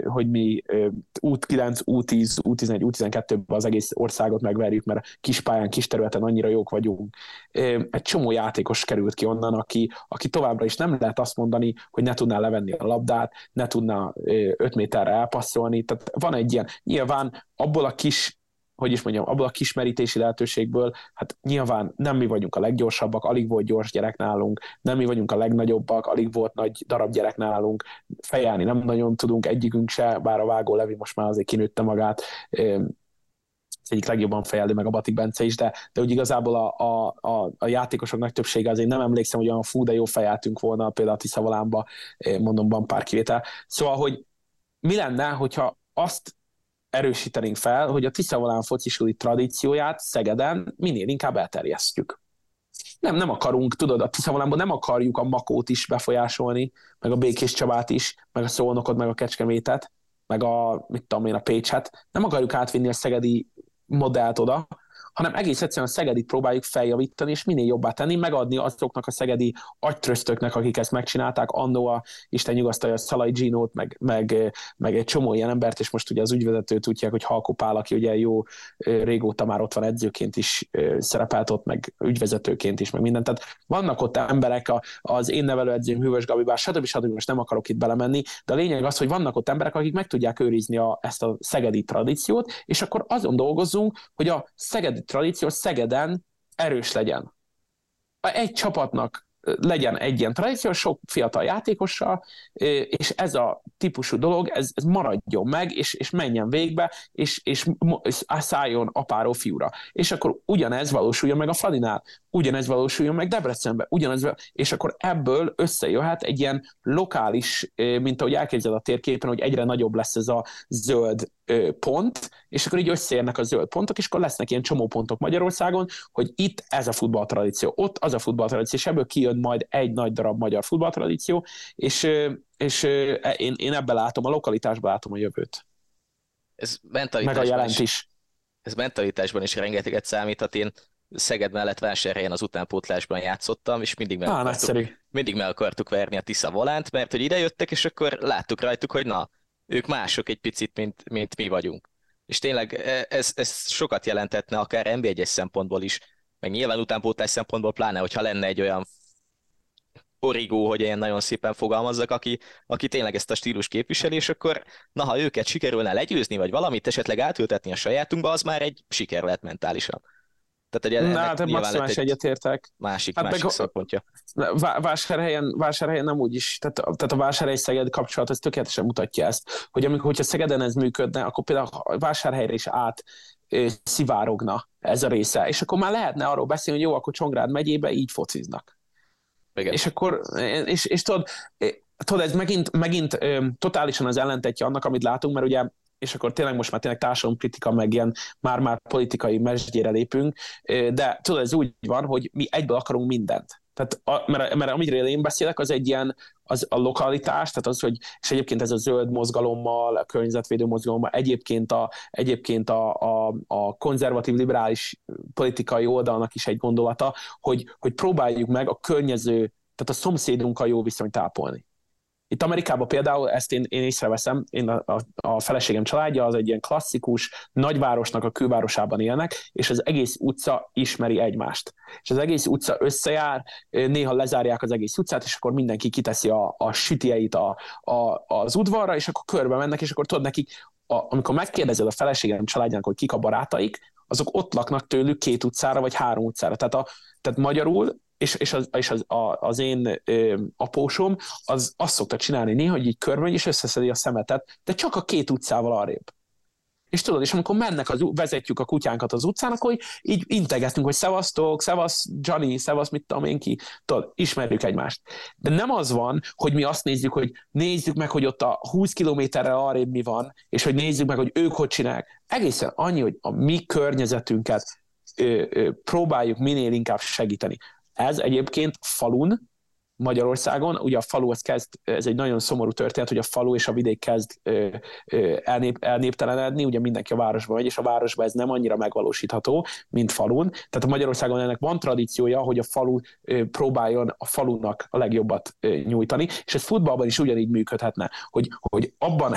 U9, U10, U11, U12-ben az egész országot megverjük, mert kis pályán, kis területen annyira jók vagyunk. Egy csomó játékos került ki onnan, aki továbbra is nem lehet azt mondani, hogy ne tudná levenni a labdát, ne tudná 5 méterre elpasszolni. Tehát van egy ilyen, nyilván abból a kis hogy is mondjam, abból a kismerítési lehetőségből, hát nyilván nem mi vagyunk a leggyorsabbak, alig volt gyors gyerek nálunk, nem mi vagyunk a legnagyobbak, alig volt nagy darab gyerek nálunk, fejelni nem nagyon tudunk egyikünk se, bár a Vágó Levi most már azért kinőtte magát, egyik legjobban fejelni, meg a Batik Bence is, de úgy igazából a játékosok nagy többsége azért nem emlékszem, hogy olyan fú, de jó fejeltünk volna például a Tiszavolánba, mondom, van pár kivétel. Szóval, hogy mi lenne, hogyha azt erősítenénk fel, hogy a Tiszavolán focisuli tradícióját Szegeden minél inkább elterjesztjük. Nem akarunk, tudod, a Tiszavolánban nem akarjuk a Makót is befolyásolni, meg a Békés Csabát is, meg a Szolnokot, meg a Kecskemétet, meg a Pécset. Nem akarjuk átvinni a szegedi modellt oda, hanem egész egyszerűen a Szegedit próbáljuk feljavítani, és minél jobbá tenni, megadni azoknak a szegedi agytröztöknek, akik ezt megcsinálták, annó a Isten nyugasztalja Szalai Ginót, meg egy csomó ilyen embert, és most ugye az ügyvezetőt tudják, hogy Halkó Pál, aki ugye jó régóta már ott van edzőként is szerepelt ott, meg ügyvezetőként is, meg mindent. Tehát vannak ott emberek, az én nevelőedzőm Hűvös Gabi, bár stb. Most nem akarok itt belemenni, de a lényeg az, hogy vannak ott emberek, akik meg tudják őrizni ezt a szegedi tradíciót, és akkor azon dolgozzunk, hogy a szegedi tradíció Szegeden erős legyen. Egy csapatnak legyen egy ilyen tradíció, sok fiatal játékossal, és ez a típusú dolog, ez maradjon meg, és menjen végbe, és szálljon apáról fiúra. És akkor ugyanez valósuljon meg a Fradinál, ugyanez valósuljon meg Debrecenben, és akkor ebből összejöhet egy ilyen lokális, mint ahogy elképzeled a térképen, hogy egyre nagyobb lesz ez a zöld pont, és akkor így összeérnek a zöld pontok, és akkor lesznek ilyen csomópontok Magyarországon, hogy itt ez a futballtradíció, ott az a futballtradíció, és ebből kijön majd egy nagy darab magyar futballtradíció, és én ebben látom, a lokalitásban látom a jövőt. Ez meg a jelent is. Ez mentalitásban is rengeteget számíthat. Én Szeged mellett Vásárhelyen az utánpótlásban játszottam, és mindig meg akartuk verni a Tiszavolánt, mert hogy idejöttek, és akkor láttuk rajtuk, hogy na, ők mások egy picit, mint mi vagyunk. És tényleg ez sokat jelentetne akár NB1-es szempontból is, meg nyilván utánpótlás szempontból pláne, hogyha lenne egy olyan origó, hogy én nagyon szépen fogalmazzak, aki tényleg ezt a stílus képviseli, és akkor na, ha őket sikerülne legyőzni, vagy valamit esetleg átültetni a sajátunkba, az már egy siker lehet mentálisan. Tehát, te maximális egyetértek. Másik szempontja. Vásárhelyen nem úgy is, tehát a Vásárhely-Szeged kapcsolat, ez tökéletesen mutatja ezt, hogy hogyha Szegeden ez működne, akkor például Vásárhelyre is szivárogna ez a része, és akkor már lehetne arról beszélni, hogy jó, akkor Csongrád megyébe így fociznak. Igen. És akkor, és tudod, ez megint totálisan az ellentetje annak, amit látunk, mert ugye és akkor tényleg most már tényleg társadalomkritika, meg ilyen már politikai mesdjére lépünk, de tudod, ez úgy van, hogy mi egyből akarunk mindent. Tehát, mert amiről én beszélek, az egy ilyen, az a lokalitás, tehát az, hogy, és egyébként ez a zöld mozgalommal, a környezetvédő mozgalommal, egyébként a konzervatív liberális politikai oldalnak is egy gondolata, hogy próbáljuk meg a környező, tehát a szomszédunkkal jó viszonyt ápolni. Itt Amerikában például, ezt én észreveszem, én a feleségem családja az egy ilyen klasszikus nagyvárosnak a külvárosában élnek, és az egész utca ismeri egymást. És az egész utca összejár, néha lezárják az egész utcát, és akkor mindenki kiteszi a sütjeit az udvarra, és akkor körbe mennek, és akkor tudod nekik, amikor megkérdezed a feleségem családjának, hogy kik a barátaik, azok ott laknak tőlük 2 utcára, vagy 3 utcára. Tehát magyarul, és az én apósom, az azt szokta csinálni néha, hogy így körbemegy, és összeszedi a szemetet, de csak a 2 utcával arrébb. És tudod, és amikor vezetjük a kutyánkat az utcán, akkor így integetünk, hogy szevasztok, szevasz Johnny, szevasz mit tudom én ki, tudod, ismerjük egymást. De nem az van, hogy mi azt nézzük, hogy nézzük meg, hogy ott a 20 kilométerrel arrébb mi van, és hogy nézzük meg, hogy ők hogy csinálják. Egészen annyi, hogy a mi környezetünket próbáljuk minél inkább segíteni. Ez egyébként falun, Magyarországon, ugye a falu ez egy nagyon szomorú történet, hogy a falu és a vidék kezd elnéptelenedni, ugye mindenki a városba megy, és a városba ez nem annyira megvalósítható, mint falun. Tehát a Magyarországon ennek van tradíciója, hogy a falu próbáljon a falunak a legjobbat nyújtani, és ez futballban is ugyanígy működhetne, hogy abban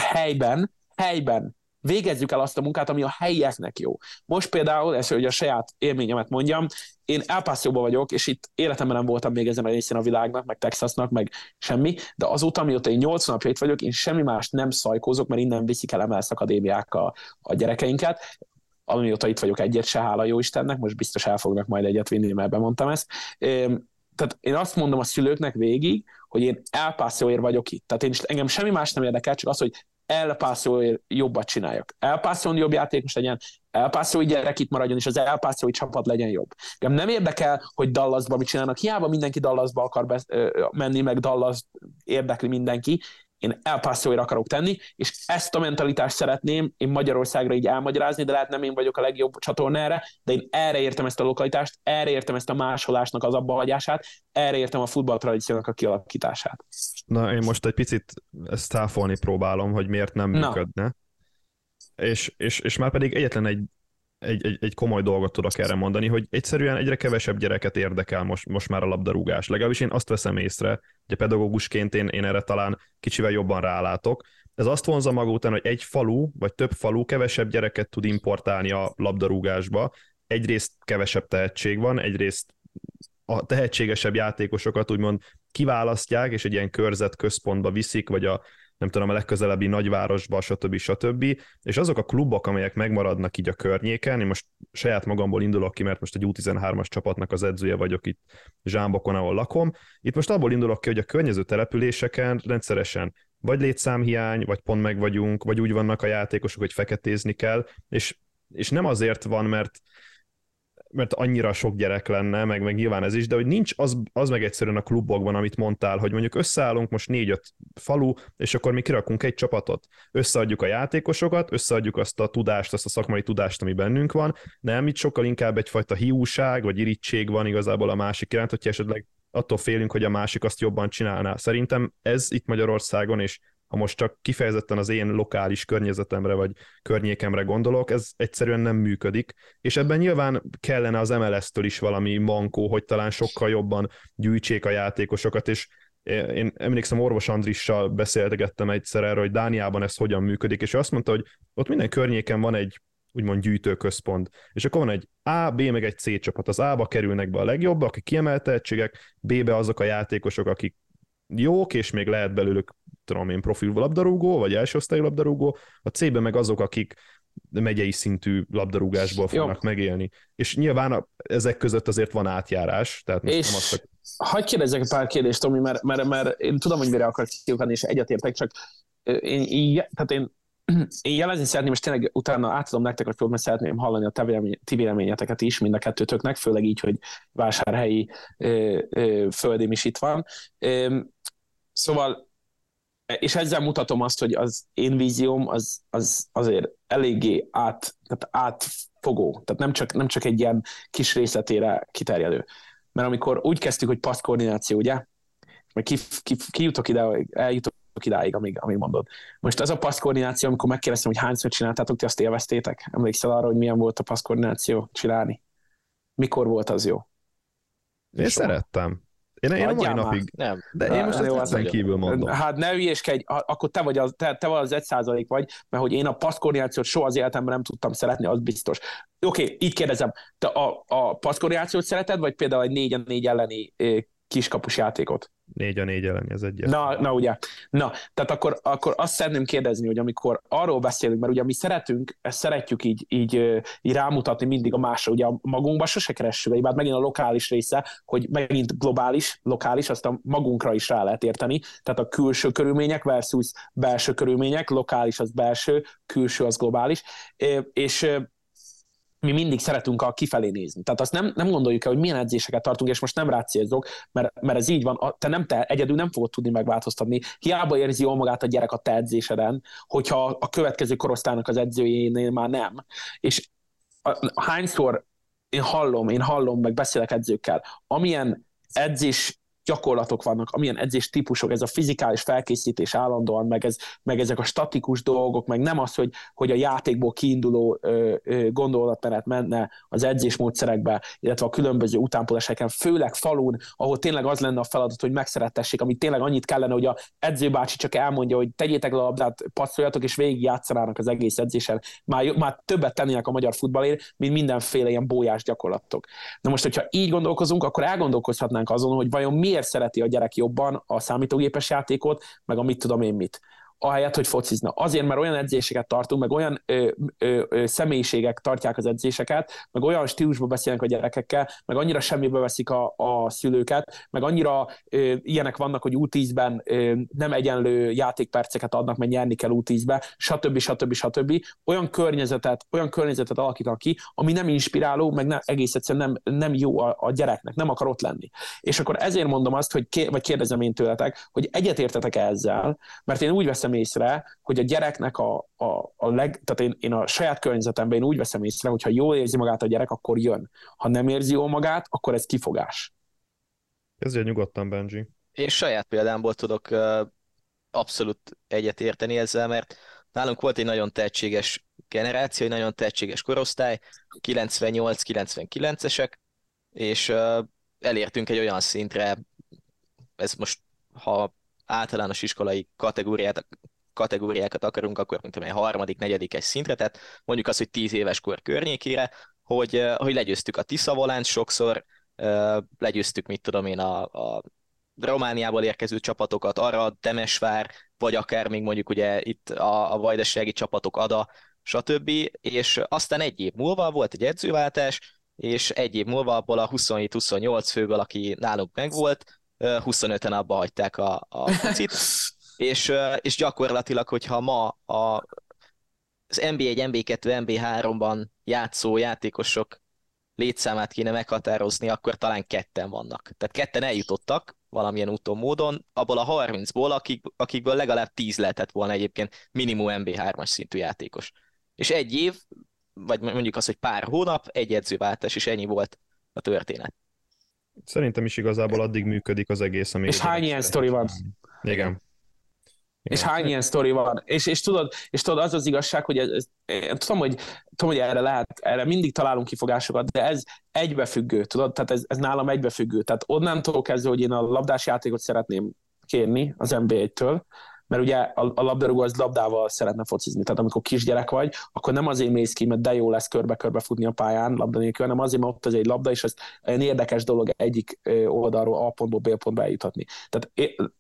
helyben végezzük el azt a munkát, ami a helyieknek jó. Most például, ez, hogy a saját élményemet mondjam, én El Pasoban vagyok, és itt életemben nem voltam még ezen a részén a világnak, meg Texasnak, meg semmi, de azóta, mióta én 8 napja itt vagyok, én semmi mást nem szajkózok, mert innen viszik el MLS akadémiák a gyerekeinket. amióta itt vagyok, egyet se, hála jó Istennek, most biztos el fognak majd egyet vinni, mert bemondtam ezt. Tehát én azt mondom a szülőknek végig, hogy én El Pasoért vagyok itt. Tehát engem semmi más nem érdekel, csak az, hogy El Pasoért jobbat csináljak. El Pason jobb játékos legyen, El Pasoi gyerek itt maradjon, és az El Pasoi csapat legyen jobb. Engem nem érdekel, hogy Dallasban mit csinálnak. Hiába mindenki Dallasba akar menni, meg Dallas érdekli mindenki. Én El Pasoért akarok tenni, és ezt a mentalitást szeretném én Magyarországra így elmagyarázni, de lehet nem én vagyok a legjobb csatorna erre, de én erre értem ezt a lokalitást, erre értem ezt a másolásnak az abbahagyását, erre értem a futballtradíciónak a kialakítását. Na, én most egy picit ezt cáfolni próbálom, hogy miért nem működne. És már pedig egyetlen egy komoly dolgot tudok erre mondani, hogy egyszerűen egyre kevesebb gyereket érdekel most már a labdarúgás. Legalábbis én azt veszem észre, hogy pedagógusként én erre talán kicsivel jobban rálátok. Ez azt vonza maga után, hogy egy falu, vagy több falu kevesebb gyereket tud importálni a labdarúgásba. Egyrészt kevesebb tehetség van, egyrészt a tehetségesebb játékosokat úgymond kiválasztják, és egy ilyen körzet központba viszik, vagy a legközelebbi nagyvárosba, stb. És azok a klubok, amelyek megmaradnak így a környéken, én most saját magamból indulok ki, mert most egy U13-as csapatnak az edzője vagyok itt Zsámbokon, ahol lakom. Itt most abból indulok ki, hogy a környező településeken rendszeresen vagy létszámhiány, vagy pont meg vagyunk, vagy úgy vannak a játékosok, hogy feketézni kell, és nem azért van, mert annyira sok gyerek lenne, meg nyilván ez is, de hogy nincs az meg egyszerűen a klubokban, amit mondtál, hogy mondjuk összeállunk most 4-5 falu, és akkor mi kirakunk egy csapatot. Összeadjuk a játékosokat, összeadjuk azt a tudást, azt a szakmai tudást, ami bennünk van. Nem, itt sokkal inkább egyfajta hiúság, vagy irigység van igazából a másik iránt, hogyha esetleg attól félünk, hogy a másik azt jobban csinálná. Szerintem ez itt Magyarországon, és ha most csak kifejezetten az én lokális környezetemre vagy környékemre gondolok, ez egyszerűen nem működik, és ebben nyilván kellene az MLS-től is valami mankó, hogy talán sokkal jobban gyűjtsék a játékosokat, és én emlékszem, Orvos Andrissal beszélgettem egyszer erről, hogy Dániában ez hogyan működik, és ő azt mondta, hogy ott minden környéken van egy úgymond gyűjtőközpont, és akkor van egy A, B, meg egy C csapat. Az A-ba kerülnek be a legjobbak, akik kiemelt tehetségek, B-be azok a játékosok, akik jók, és még lehet belőlük, tudom én, profil labdarúgó, vagy első osztályú labdarúgó, a C-ben meg azok, akik megyei szintű labdarúgásból fognak megélni. És nyilván ezek között azért van átjárás. Tehát most és nem azt, hadd kérdezzek pár kérdést, Tomi, mert én tudom, hogy mire akarsz kiukadni, és egyetértek, csak én jelezni szeretném, és tényleg utána átadom nektek a szót, mert szeretném hallani a ti véleményeteket is, mind a kettőtöknek, főleg így, hogy vásárhelyi földém is itt van. Szóval, és ezzel mutatom azt, hogy az én vízióm az azért eléggé átfogó, tehát nem csak egy ilyen kis részletére kiterjedő. Mert amikor úgy kezdtük, hogy passzkoordináció, ugye? Meg kijutok ide, eljutok idáig, amíg mondod. Most ez a passzkoordináció, amikor megkérdeztem, hogy hányszor csináltátok, ti azt élveztétek? Emlékszel arra, hogy milyen volt a passzkoordináció csinálni? Mikor volt az jó? Én szerettem. Én a mai napig. Nem. De én most ezen kívül mondom. Hát ne hülyéskedj, akkor te vagy az 1% vagy, mert hogy én a passzkoordinációt soha az életemben nem tudtam szeretni, az biztos. Oké, így kérdezem, te a passzkoordinációt szereted, vagy például egy 4-4 elleni kiskapus játékot? 4-4 elleni, ez egyes. Na ugye. Na, tehát akkor azt szeretném kérdezni, hogy amikor arról beszélünk, mert ugye mi szeretjük így rámutatni mindig a másra, ugye a magunkba sose keressük hibát, megint a lokális része, hogy megint lokális, azt a magunkra is rá lehet érteni, tehát a külső körülmények versus belső körülmények, lokális az belső, külső az globális, és mi mindig szeretünk a kifelé nézni. Tehát azt nem gondoljuk el, hogy milyen edzéseket tartunk, és most nem rácélzok, mert ez így van, te egyedül nem fogod tudni megváltoztatni. Hiába érzi jól magát a gyerek a te edzéseden, hogyha a következő korosztálynak az edzőjénél már nem. És hányszor én hallom, meg beszélek edzőkkel, amilyen edzés gyakorlatok vannak, amilyen edzés típusok, ez a fizikális felkészítés állandóan, meg ezek a statikus dolgok, meg nem az, hogy a játékból kiinduló gondolatmenet menne az edzésmódszerekbe, illetve a különböző utánpótláseken, főleg falun, ahol tényleg az lenne a feladat, hogy megszerettessék, amit tényleg annyit kellene, hogy a edzőbácsi csak elmondja, hogy tegyétek le a labdát, passzoljatok, és végig játszanának az egész edzésen. Már többet tennének a magyar futballért, mint mindenféle ilyen bójás gyakorlatok. Na most, hogyha így gondolkozunk, akkor elgondolkozhatnánk azon, hogy vajon miért szereti a gyerek jobban a számítógépes játékot, meg a mit tudom én mit. ahelyett, hogy focizna. Azért, mert olyan edzéseket tartunk, meg olyan személyiségek tartják az edzéseket, meg olyan stílusban beszélnek a gyerekekkel, meg annyira semmibe veszik a szülőket, meg annyira ilyenek vannak, hogy U10-ben nem egyenlő játékperceket adnak, mert nyerni kell U10-be, stb. Olyan környezetet alakítanak ki, ami nem inspiráló, meg egész egyszerűen nem jó a gyereknek, nem akar ott lenni. És akkor ezért mondom azt, vagy kérdezem én tőletek, hogy egyetértetek ezzel, mert én úgy veszem észre, hogy a gyereknek tehát én a saját környezetemben én úgy veszem észre, hogy ha jól érzi magát a gyerek, akkor jön. Ha nem érzi jól magát, akkor ez kifogás. Ezért nyugodtan, Benji. Én saját példámból tudok abszolút egyetérteni ezzel, mert nálunk volt egy nagyon tehetséges generáció, egy nagyon tehetséges korosztály, 98-99-esek, és elértünk egy olyan szintre, ez most, ha általános iskolai kategóriákat akarunk, akkor mint egy harmadik, negyedikes szintre, tehát mondjuk azt, hogy 10 éves kor környékére, hogy legyőztük a Tisza Volánt sokszor, legyőztük, mit tudom én, a Romániából érkező csapatokat, Arad, Temesvár, vagy akár még mondjuk ugye itt a vajdasági csapatok, Ada, stb. És aztán egy év múlva volt egy edzőváltás, és egy év múlva abból a 27-28 főből, aki nálunk megvolt, 25-en abba hagyták a focit, és gyakorlatilag, hogyha ma az NB1, NB2, NB3-ban játszó játékosok létszámát kéne meghatározni, akkor talán ketten vannak. Tehát ketten eljutottak valamilyen úton, módon, abból a 30-ból, akikből legalább 10 lehetett volna egyébként minimum NB3-as szintű játékos. És egy év, vagy mondjuk az, hogy pár hónap, egy edzőváltás, és ennyi volt a történet. Szerintem is igazából addig működik az egész, amíg... És hány ilyen sztori van? Igen. És hány ilyen sztori van? És tudod, az az igazság, hogy én tudom, hogy erre mindig találunk kifogásokat, de ez egybefüggő, tudod? Tehát ez nálam egybefüggő. Tehát onnantól kezdve, hogy én a labdás játékot szeretném kérni az NB1-től, mert ugye a labdarúgó az labdával szeretne focizni. Tehát amikor kisgyerek vagy, akkor nem azért mész ki, mert de jó lesz körbe-körbe futni a pályán labda nélkül, hanem azért, mert ott az egy labda, és ez egy érdekes dolog egyik oldalról A pontból B pontba eljutatni. Tehát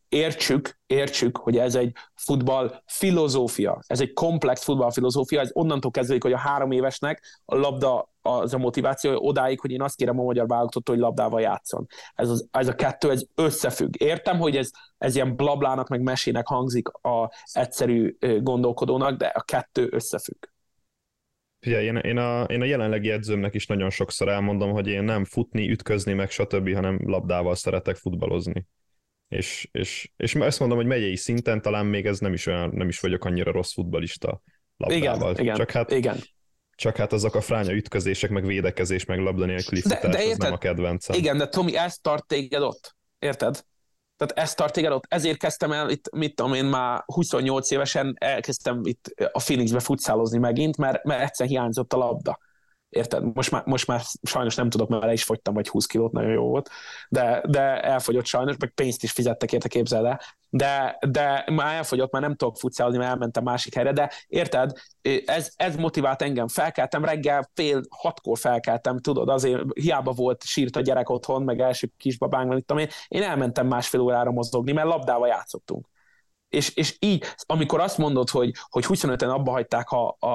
értsük, hogy ez egy futball filozófia, ez egy komplex futball filozófia, ez onnantól kezdődik, hogy a 3 évesnek a labda az a motiváció odáig, hogy én azt kérem a magyar válogatottól, hogy labdával játszon. Ez a kettő, ez összefügg. Értem, hogy ez ilyen blablának, meg mesének hangzik a egyszerű gondolkodónak, de a kettő összefügg. Figyelj, én a jelenlegi edzőmnek is nagyon sokszor elmondom, hogy én nem futni, ütközni, meg stb., hanem labdával szeretek futballozni. És ezt mondom, hogy megyei szinten talán még ez nem is vagyok annyira rossz futballista labdával. Igen. Csak hát azok a fránya ütközések, meg védekezés, meg labda nélküli futás, ez nem a kedvencem. Igen, de Tomi, ez tart téged ott. Érted? Tehát ez tart téged ott. Ezért kezdtem el itt, mit tudom én, már 28 évesen elkezdtem itt a Phoenixbe futszálozni megint, mert egyszer hiányzott a labda. Érted? Most már sajnos nem tudok, mert le is fogytam, vagy 20 kilót, nagyon jó volt, de elfogyott sajnos, meg pénzt is fizettek érte, képzeld el, de már elfogyott, már nem tudok futszálozni, mert elmentem másik helyre, de érted? Ez motivált engem. Felkeltem reggel, 5:30 felkeltem, tudod, azért hiába volt, sírt a gyerek otthon, meg első kisbabánk, mit tudom én elmentem 1,5 órára mozogni, mert labdával játszottunk. És így, amikor azt mondod, hogy 25-en abba hagyták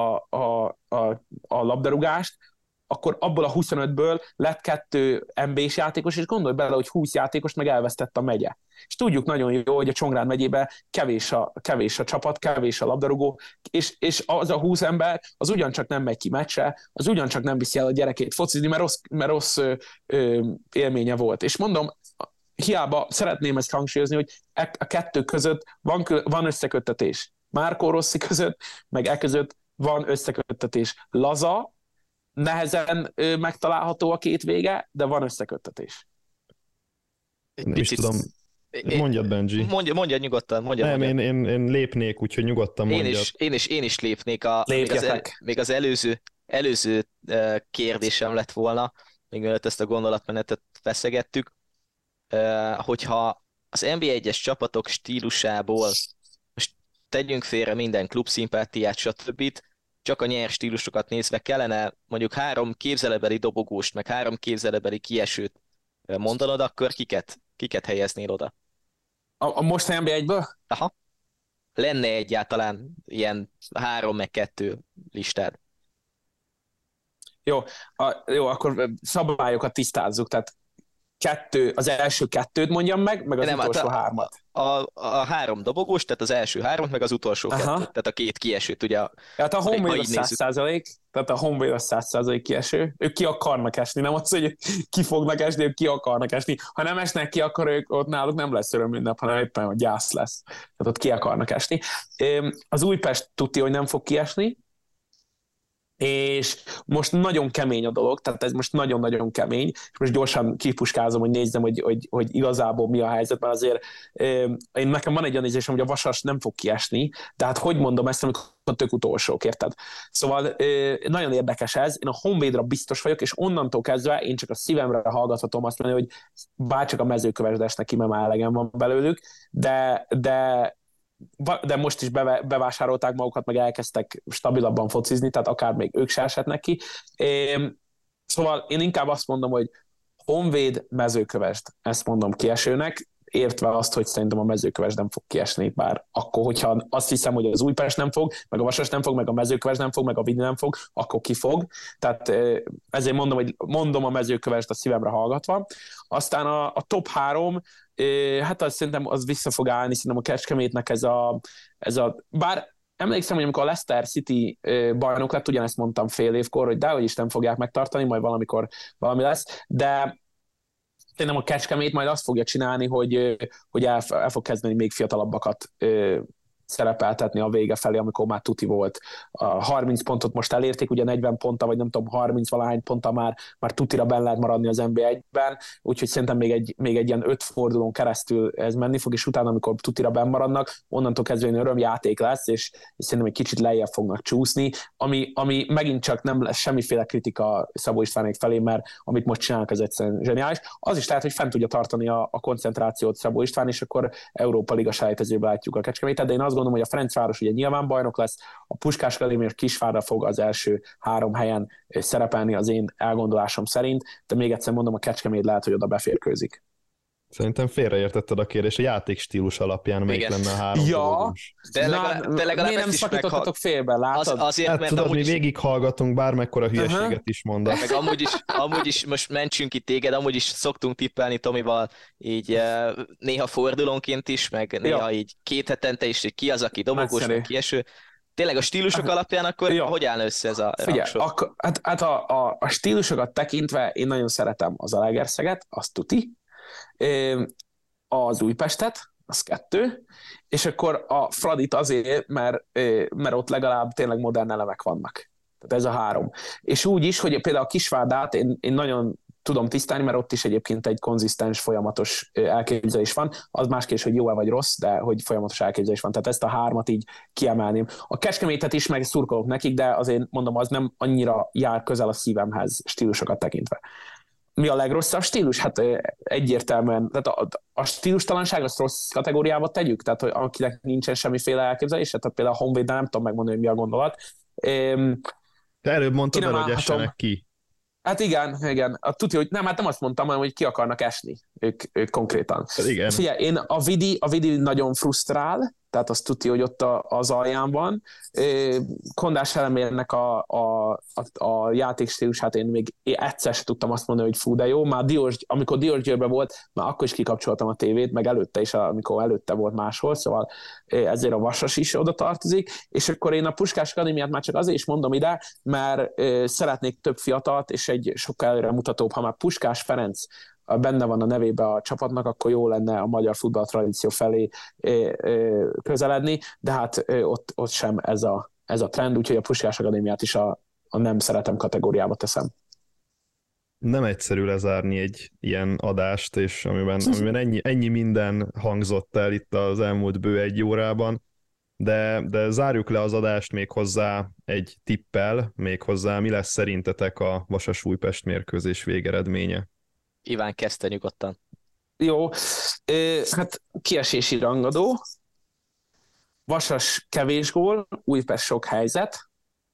a labdarúgást, akkor abból a 25-ből lett 2 NB-s játékos, és gondolj bele, hogy 20 játékos meg elvesztett a megye. És tudjuk nagyon jó, hogy a Csongrád megyében kevés a csapat, kevés a labdarúgó, és az a 20 ember, az ugyancsak nem megy ki meccsre, az ugyancsak nem viszi el a gyerekét focizni, mert rossz élménye volt. És mondom, hiába szeretném ezt hangsúlyozni, hogy a kettő között van összeköttetés. Márkó Rossi között, meg között van összeköttetés. Laza, nehezen megtalálható a két vége, de van összeköttetés. Nem is tudom. Mondjad, Benji. Mondjad nyugodtan. Nem, én lépnék, úgyhogy nyugodtan mondjad. Én is lépnék. Még az előző kérdésem lett volna, még mielőtt ezt a gondolatmenetet feszegettük, hogyha az NB1-es csapatok stílusából, most tegyünk félre minden klubszimpátiát, stb., csak a nyers stílusokat nézve kellene mondjuk 3 képzelebeli dobogóst, meg 3 képzelebeli kiesőt mondanod, akkor kiket helyeznél oda? A mostani NB1-ből? Aha. lenne egyáltalán ilyen 3-2 listád? Jó, akkor szabályokat tisztázzuk, tehát az első 2-t mondjam meg az utolsó 3-at. A 3 dobogós, tehát az első 3, meg az utolsó 2, tehát a 2 kiesőt, ugye. Tehát a Honvéd az 100%, tehát a Honvéd az 100% kieső. Ők ki akarnak esni, nem az, hogy ki fognak esni, ők ki akarnak esni. Ha nem esnek ki, akkor ők, ott náluk nem lesz öröm ünnep, hanem éppen a gyász lesz. Tehát ott ki akarnak esni. Az Újpest tudja, hogy nem fog kiesni, és most nagyon kemény a dolog, tehát ez most nagyon-nagyon kemény, és most gyorsan kipuskázom, hogy nézzem, hogy igazából mi a helyzet, mert azért nekem van egy olyan érzésem, hogy a Vasas nem fog kiesni, de hát hogy mondom ezt, amikor tök utolsók, érted? Szóval nagyon érdekes ez, én a Honvédra biztos vagyok, és onnantól kezdve én csak a szívemre hallgathatom azt mondani, hogy bárcsak a Mezőkövesdesnek ki, mert már elegem van belőlük, de most is bevásárolták magukat, meg elkezdtek stabilabban focizni, tehát akár még ők se eshetnek ki. Szóval én inkább azt mondom, hogy Honvéd, Mezőkövesd, ezt mondom kiesőnek, értve azt, hogy szerintem a Mezőkövesd nem fog kiesni, bár akkor, hogyha azt hiszem, hogy az Újpest nem fog, meg a Vasas nem fog, meg a Mezőkövesd nem fog, meg a Vidi nem fog, akkor ki fog. Tehát ezért mondom, hogy mondom a Mezőkövesd a szívemre hallgatva. Aztán a top 3, hát azt szerintem az vissza fog állni, szerintem a Kecskemétnek ez a bár emlékszem, hogy amikor a Leicester City bajnok lett, ugyanezt mondtam fél évkor, hogy dehogy is nem fogják megtartani, majd valamikor valami lesz, de szerintem a Kecskemét majd azt fogja csinálni, hogy el fog kezdeni még fiatalabbakat szerepeltetni a vége felé, amikor már tuti volt. A 30 pontot most elérték, ugye 40 ponttal, vagy nem tudom, 30-valahány ponttal már tutira benn lehet maradni az NB1-ben, úgyhogy szerintem még egy ilyen 5 fordulón keresztül ez menni fog, és utána, amikor tutira benn maradnak, onnantól kezdve örömjáték lesz, és szerintem egy kicsit lejjebb fognak csúszni, ami megint csak nem lesz semmiféle kritika Szabó Istvánék felé, mert amit most csinálnak, az egyszerűen zseniális. Az is lehet, hogy fent tudja tartani a koncentrációt Szabó István, és akkor Európa Liga selejtezőbe látjuk a Kecskemétet, de én azt gondolom, hogy a Ferencváros ugye nyilván bajnok lesz, a Puskás Akadémia és Kisvárda fog az első 3 helyen szerepelni az én elgondolásom szerint, de még egyszer mondom, a Kecskemét lehet, hogy oda beférkőzik. Szerintem félreértetted a kérdést, a játékstílus alapján melyik lenne a 3 dolgos. De legalább miért nem szakítottatok félbe, látod? Azért, hát mert tudod, mi végighallgatunk bármekkora hülyeséget is mondasz. Meg amúgy is most mentsünk ki téged, amúgy is szoktunk tippelni Tomival, így néha fordulónként is, meg néha így 2 hetente is, hogy ki az, aki dobogós, meg kieső. Tényleg a stílusok alapján akkor hogy áll össze ez a rangsor? Hát a stílusokat tekintve én nagyon szeretem az Zalaegerszeget, azt tuti, az Újpestet, az 2, és akkor a Fradit azért, mert ott legalább tényleg modern elemek vannak. Tehát ez a 3. És úgy is, hogy például a Kisvárdát én nagyon tudom tisztálni, mert ott is egyébként egy konzisztens, folyamatos elképzelés van. Az más kérdés, hogy jó-e vagy rossz, de hogy folyamatos elképzelés van. Tehát ezt a 3-at így kiemelném. A Kecskemétet is meg szurkolok nekik, de azért mondom, az nem annyira jár közel a szívemhez stílusokat tekintve. Mi a legrosszabb stílus? Hát egyértelműen, tehát a stílustalanság azt rossz kategóriába tegyük, tehát hogy akinek nincsen semmiféle elképzelése, tehát például a Honvéd, nem tudom megmondani, hogy mi a gondolat. Te előbb mondtad el, hogy essenek ki. Hát igen. Tudja, hogy nem azt mondtam, hanem hogy ki akarnak esni ők konkrétan. Igen. Figyelj, én a Vidi nagyon frusztrál, tehát azt tudja, hogy ott az alján van. Kondás Elemérnek a játékstílusát én még egyszer sem tudtam azt mondani, hogy fú, de jó. Már amikor Diósgyőrben volt, már akkor is kikapcsoltam a tévét, meg előtte is, amikor előtte volt máshol, szóval ezért a Vasas is oda tartozik, és akkor én a Puskás Akadémiát már csak azért is mondom ide, mert szeretnék több fiatalt, és egy sokkal előre mutatóbb, ha már Puskás Ferenc benne van a nevébe a csapatnak, akkor jó lenne a magyar futball tradíció felé közeledni, de hát ott sem ez a trend, úgyhogy a Puskás Akadémiát is a nem szeretem kategóriába teszem. Nem egyszerű lezárni egy ilyen adást, és amiben ennyi minden hangzott el itt az elmúlt bő 1 órában, de zárjuk le az adást még hozzá egy tippel, még hozzá mi lesz szerintetek a Vasas-Újpest mérkőzés végeredménye? Iván, kezdte nyugodtan. Jó, hát kiesési rangadó, Vasas kevés gól, Újpest sok helyzet,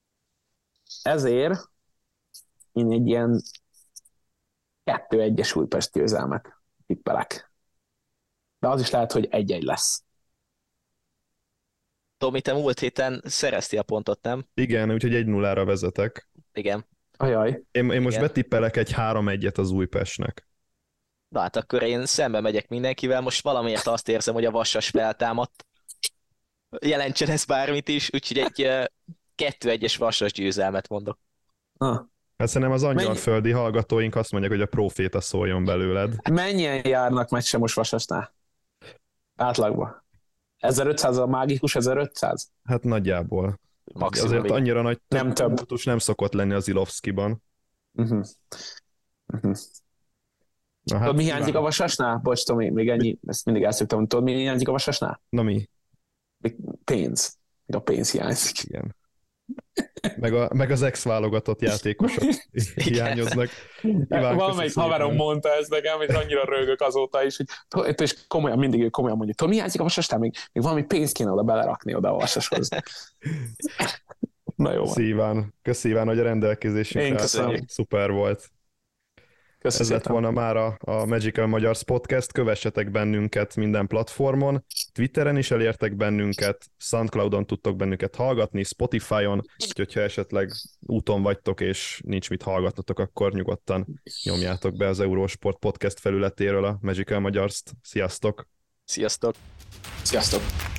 ezért én egy ilyen 2-1-es Újpest győzelmet tippelek. De az is lehet, hogy 1-1 lesz. Tomi, te múlt héten szereztél a pontot, nem? Igen, úgyhogy 1-0-ra vezetek. Igen. Ajaj. Én most Igen. betippelek egy 3-1-et az Újpestnek. Na hát akkor én szembe megyek mindenkivel, most valamiért azt érzem, hogy a Vasas feltámadt. Jelentsen ez bármit is, úgyhogy egy 2-1-es Vasas győzelmet mondok. Hát szerintem az angyalföldi hallgatóink azt mondják, hogy a proféta szóljon belőled. Mennyien járnak meccse most Vasasnál? Átlagban. 1500 a mágikus 1500? Hát nagyjából. Maximum. Azért annyira nagy Nem több. tumultus nem szokott lenni az Ilovszkiban. Uh-huh. Uh-huh. Na, Tudod, mi hiányzik a Vasasnál? Bocs, Tomi, még ennyi, ezt mindig elszoktam. Tudod, mi hiányzik a Vasasnál? Na mi? Pénz. A pénz hiányzik. Igen. Meg az ex-válogatott játékosok hiányoznak. Valamelyik haverom mondta ezt nekem, és annyira rögök azóta is, hogy és komolyan, mindig komolyan mondja, tudod, mi hiányzik a Vasasnál? Még valami pénzt kéne oda belerakni oda a Vasashoz. Na jó. Köszi Iván, hogy a rendelkezésünkre. Én köszönöm. Szuper volt. Ez lett volna már a Magical Magyars Podcast. Kövessetek bennünket minden platformon, Twitteren is elértek bennünket, Soundcloudon tudtok bennünket hallgatni, Spotify-on, úgyhogy ha esetleg úton vagytok és nincs mit hallgatnotok, akkor nyugodtan nyomjátok be az Eurosport Podcast felületéről a Magical Magyars-t. Sziasztok! Sziasztok! Sziasztok!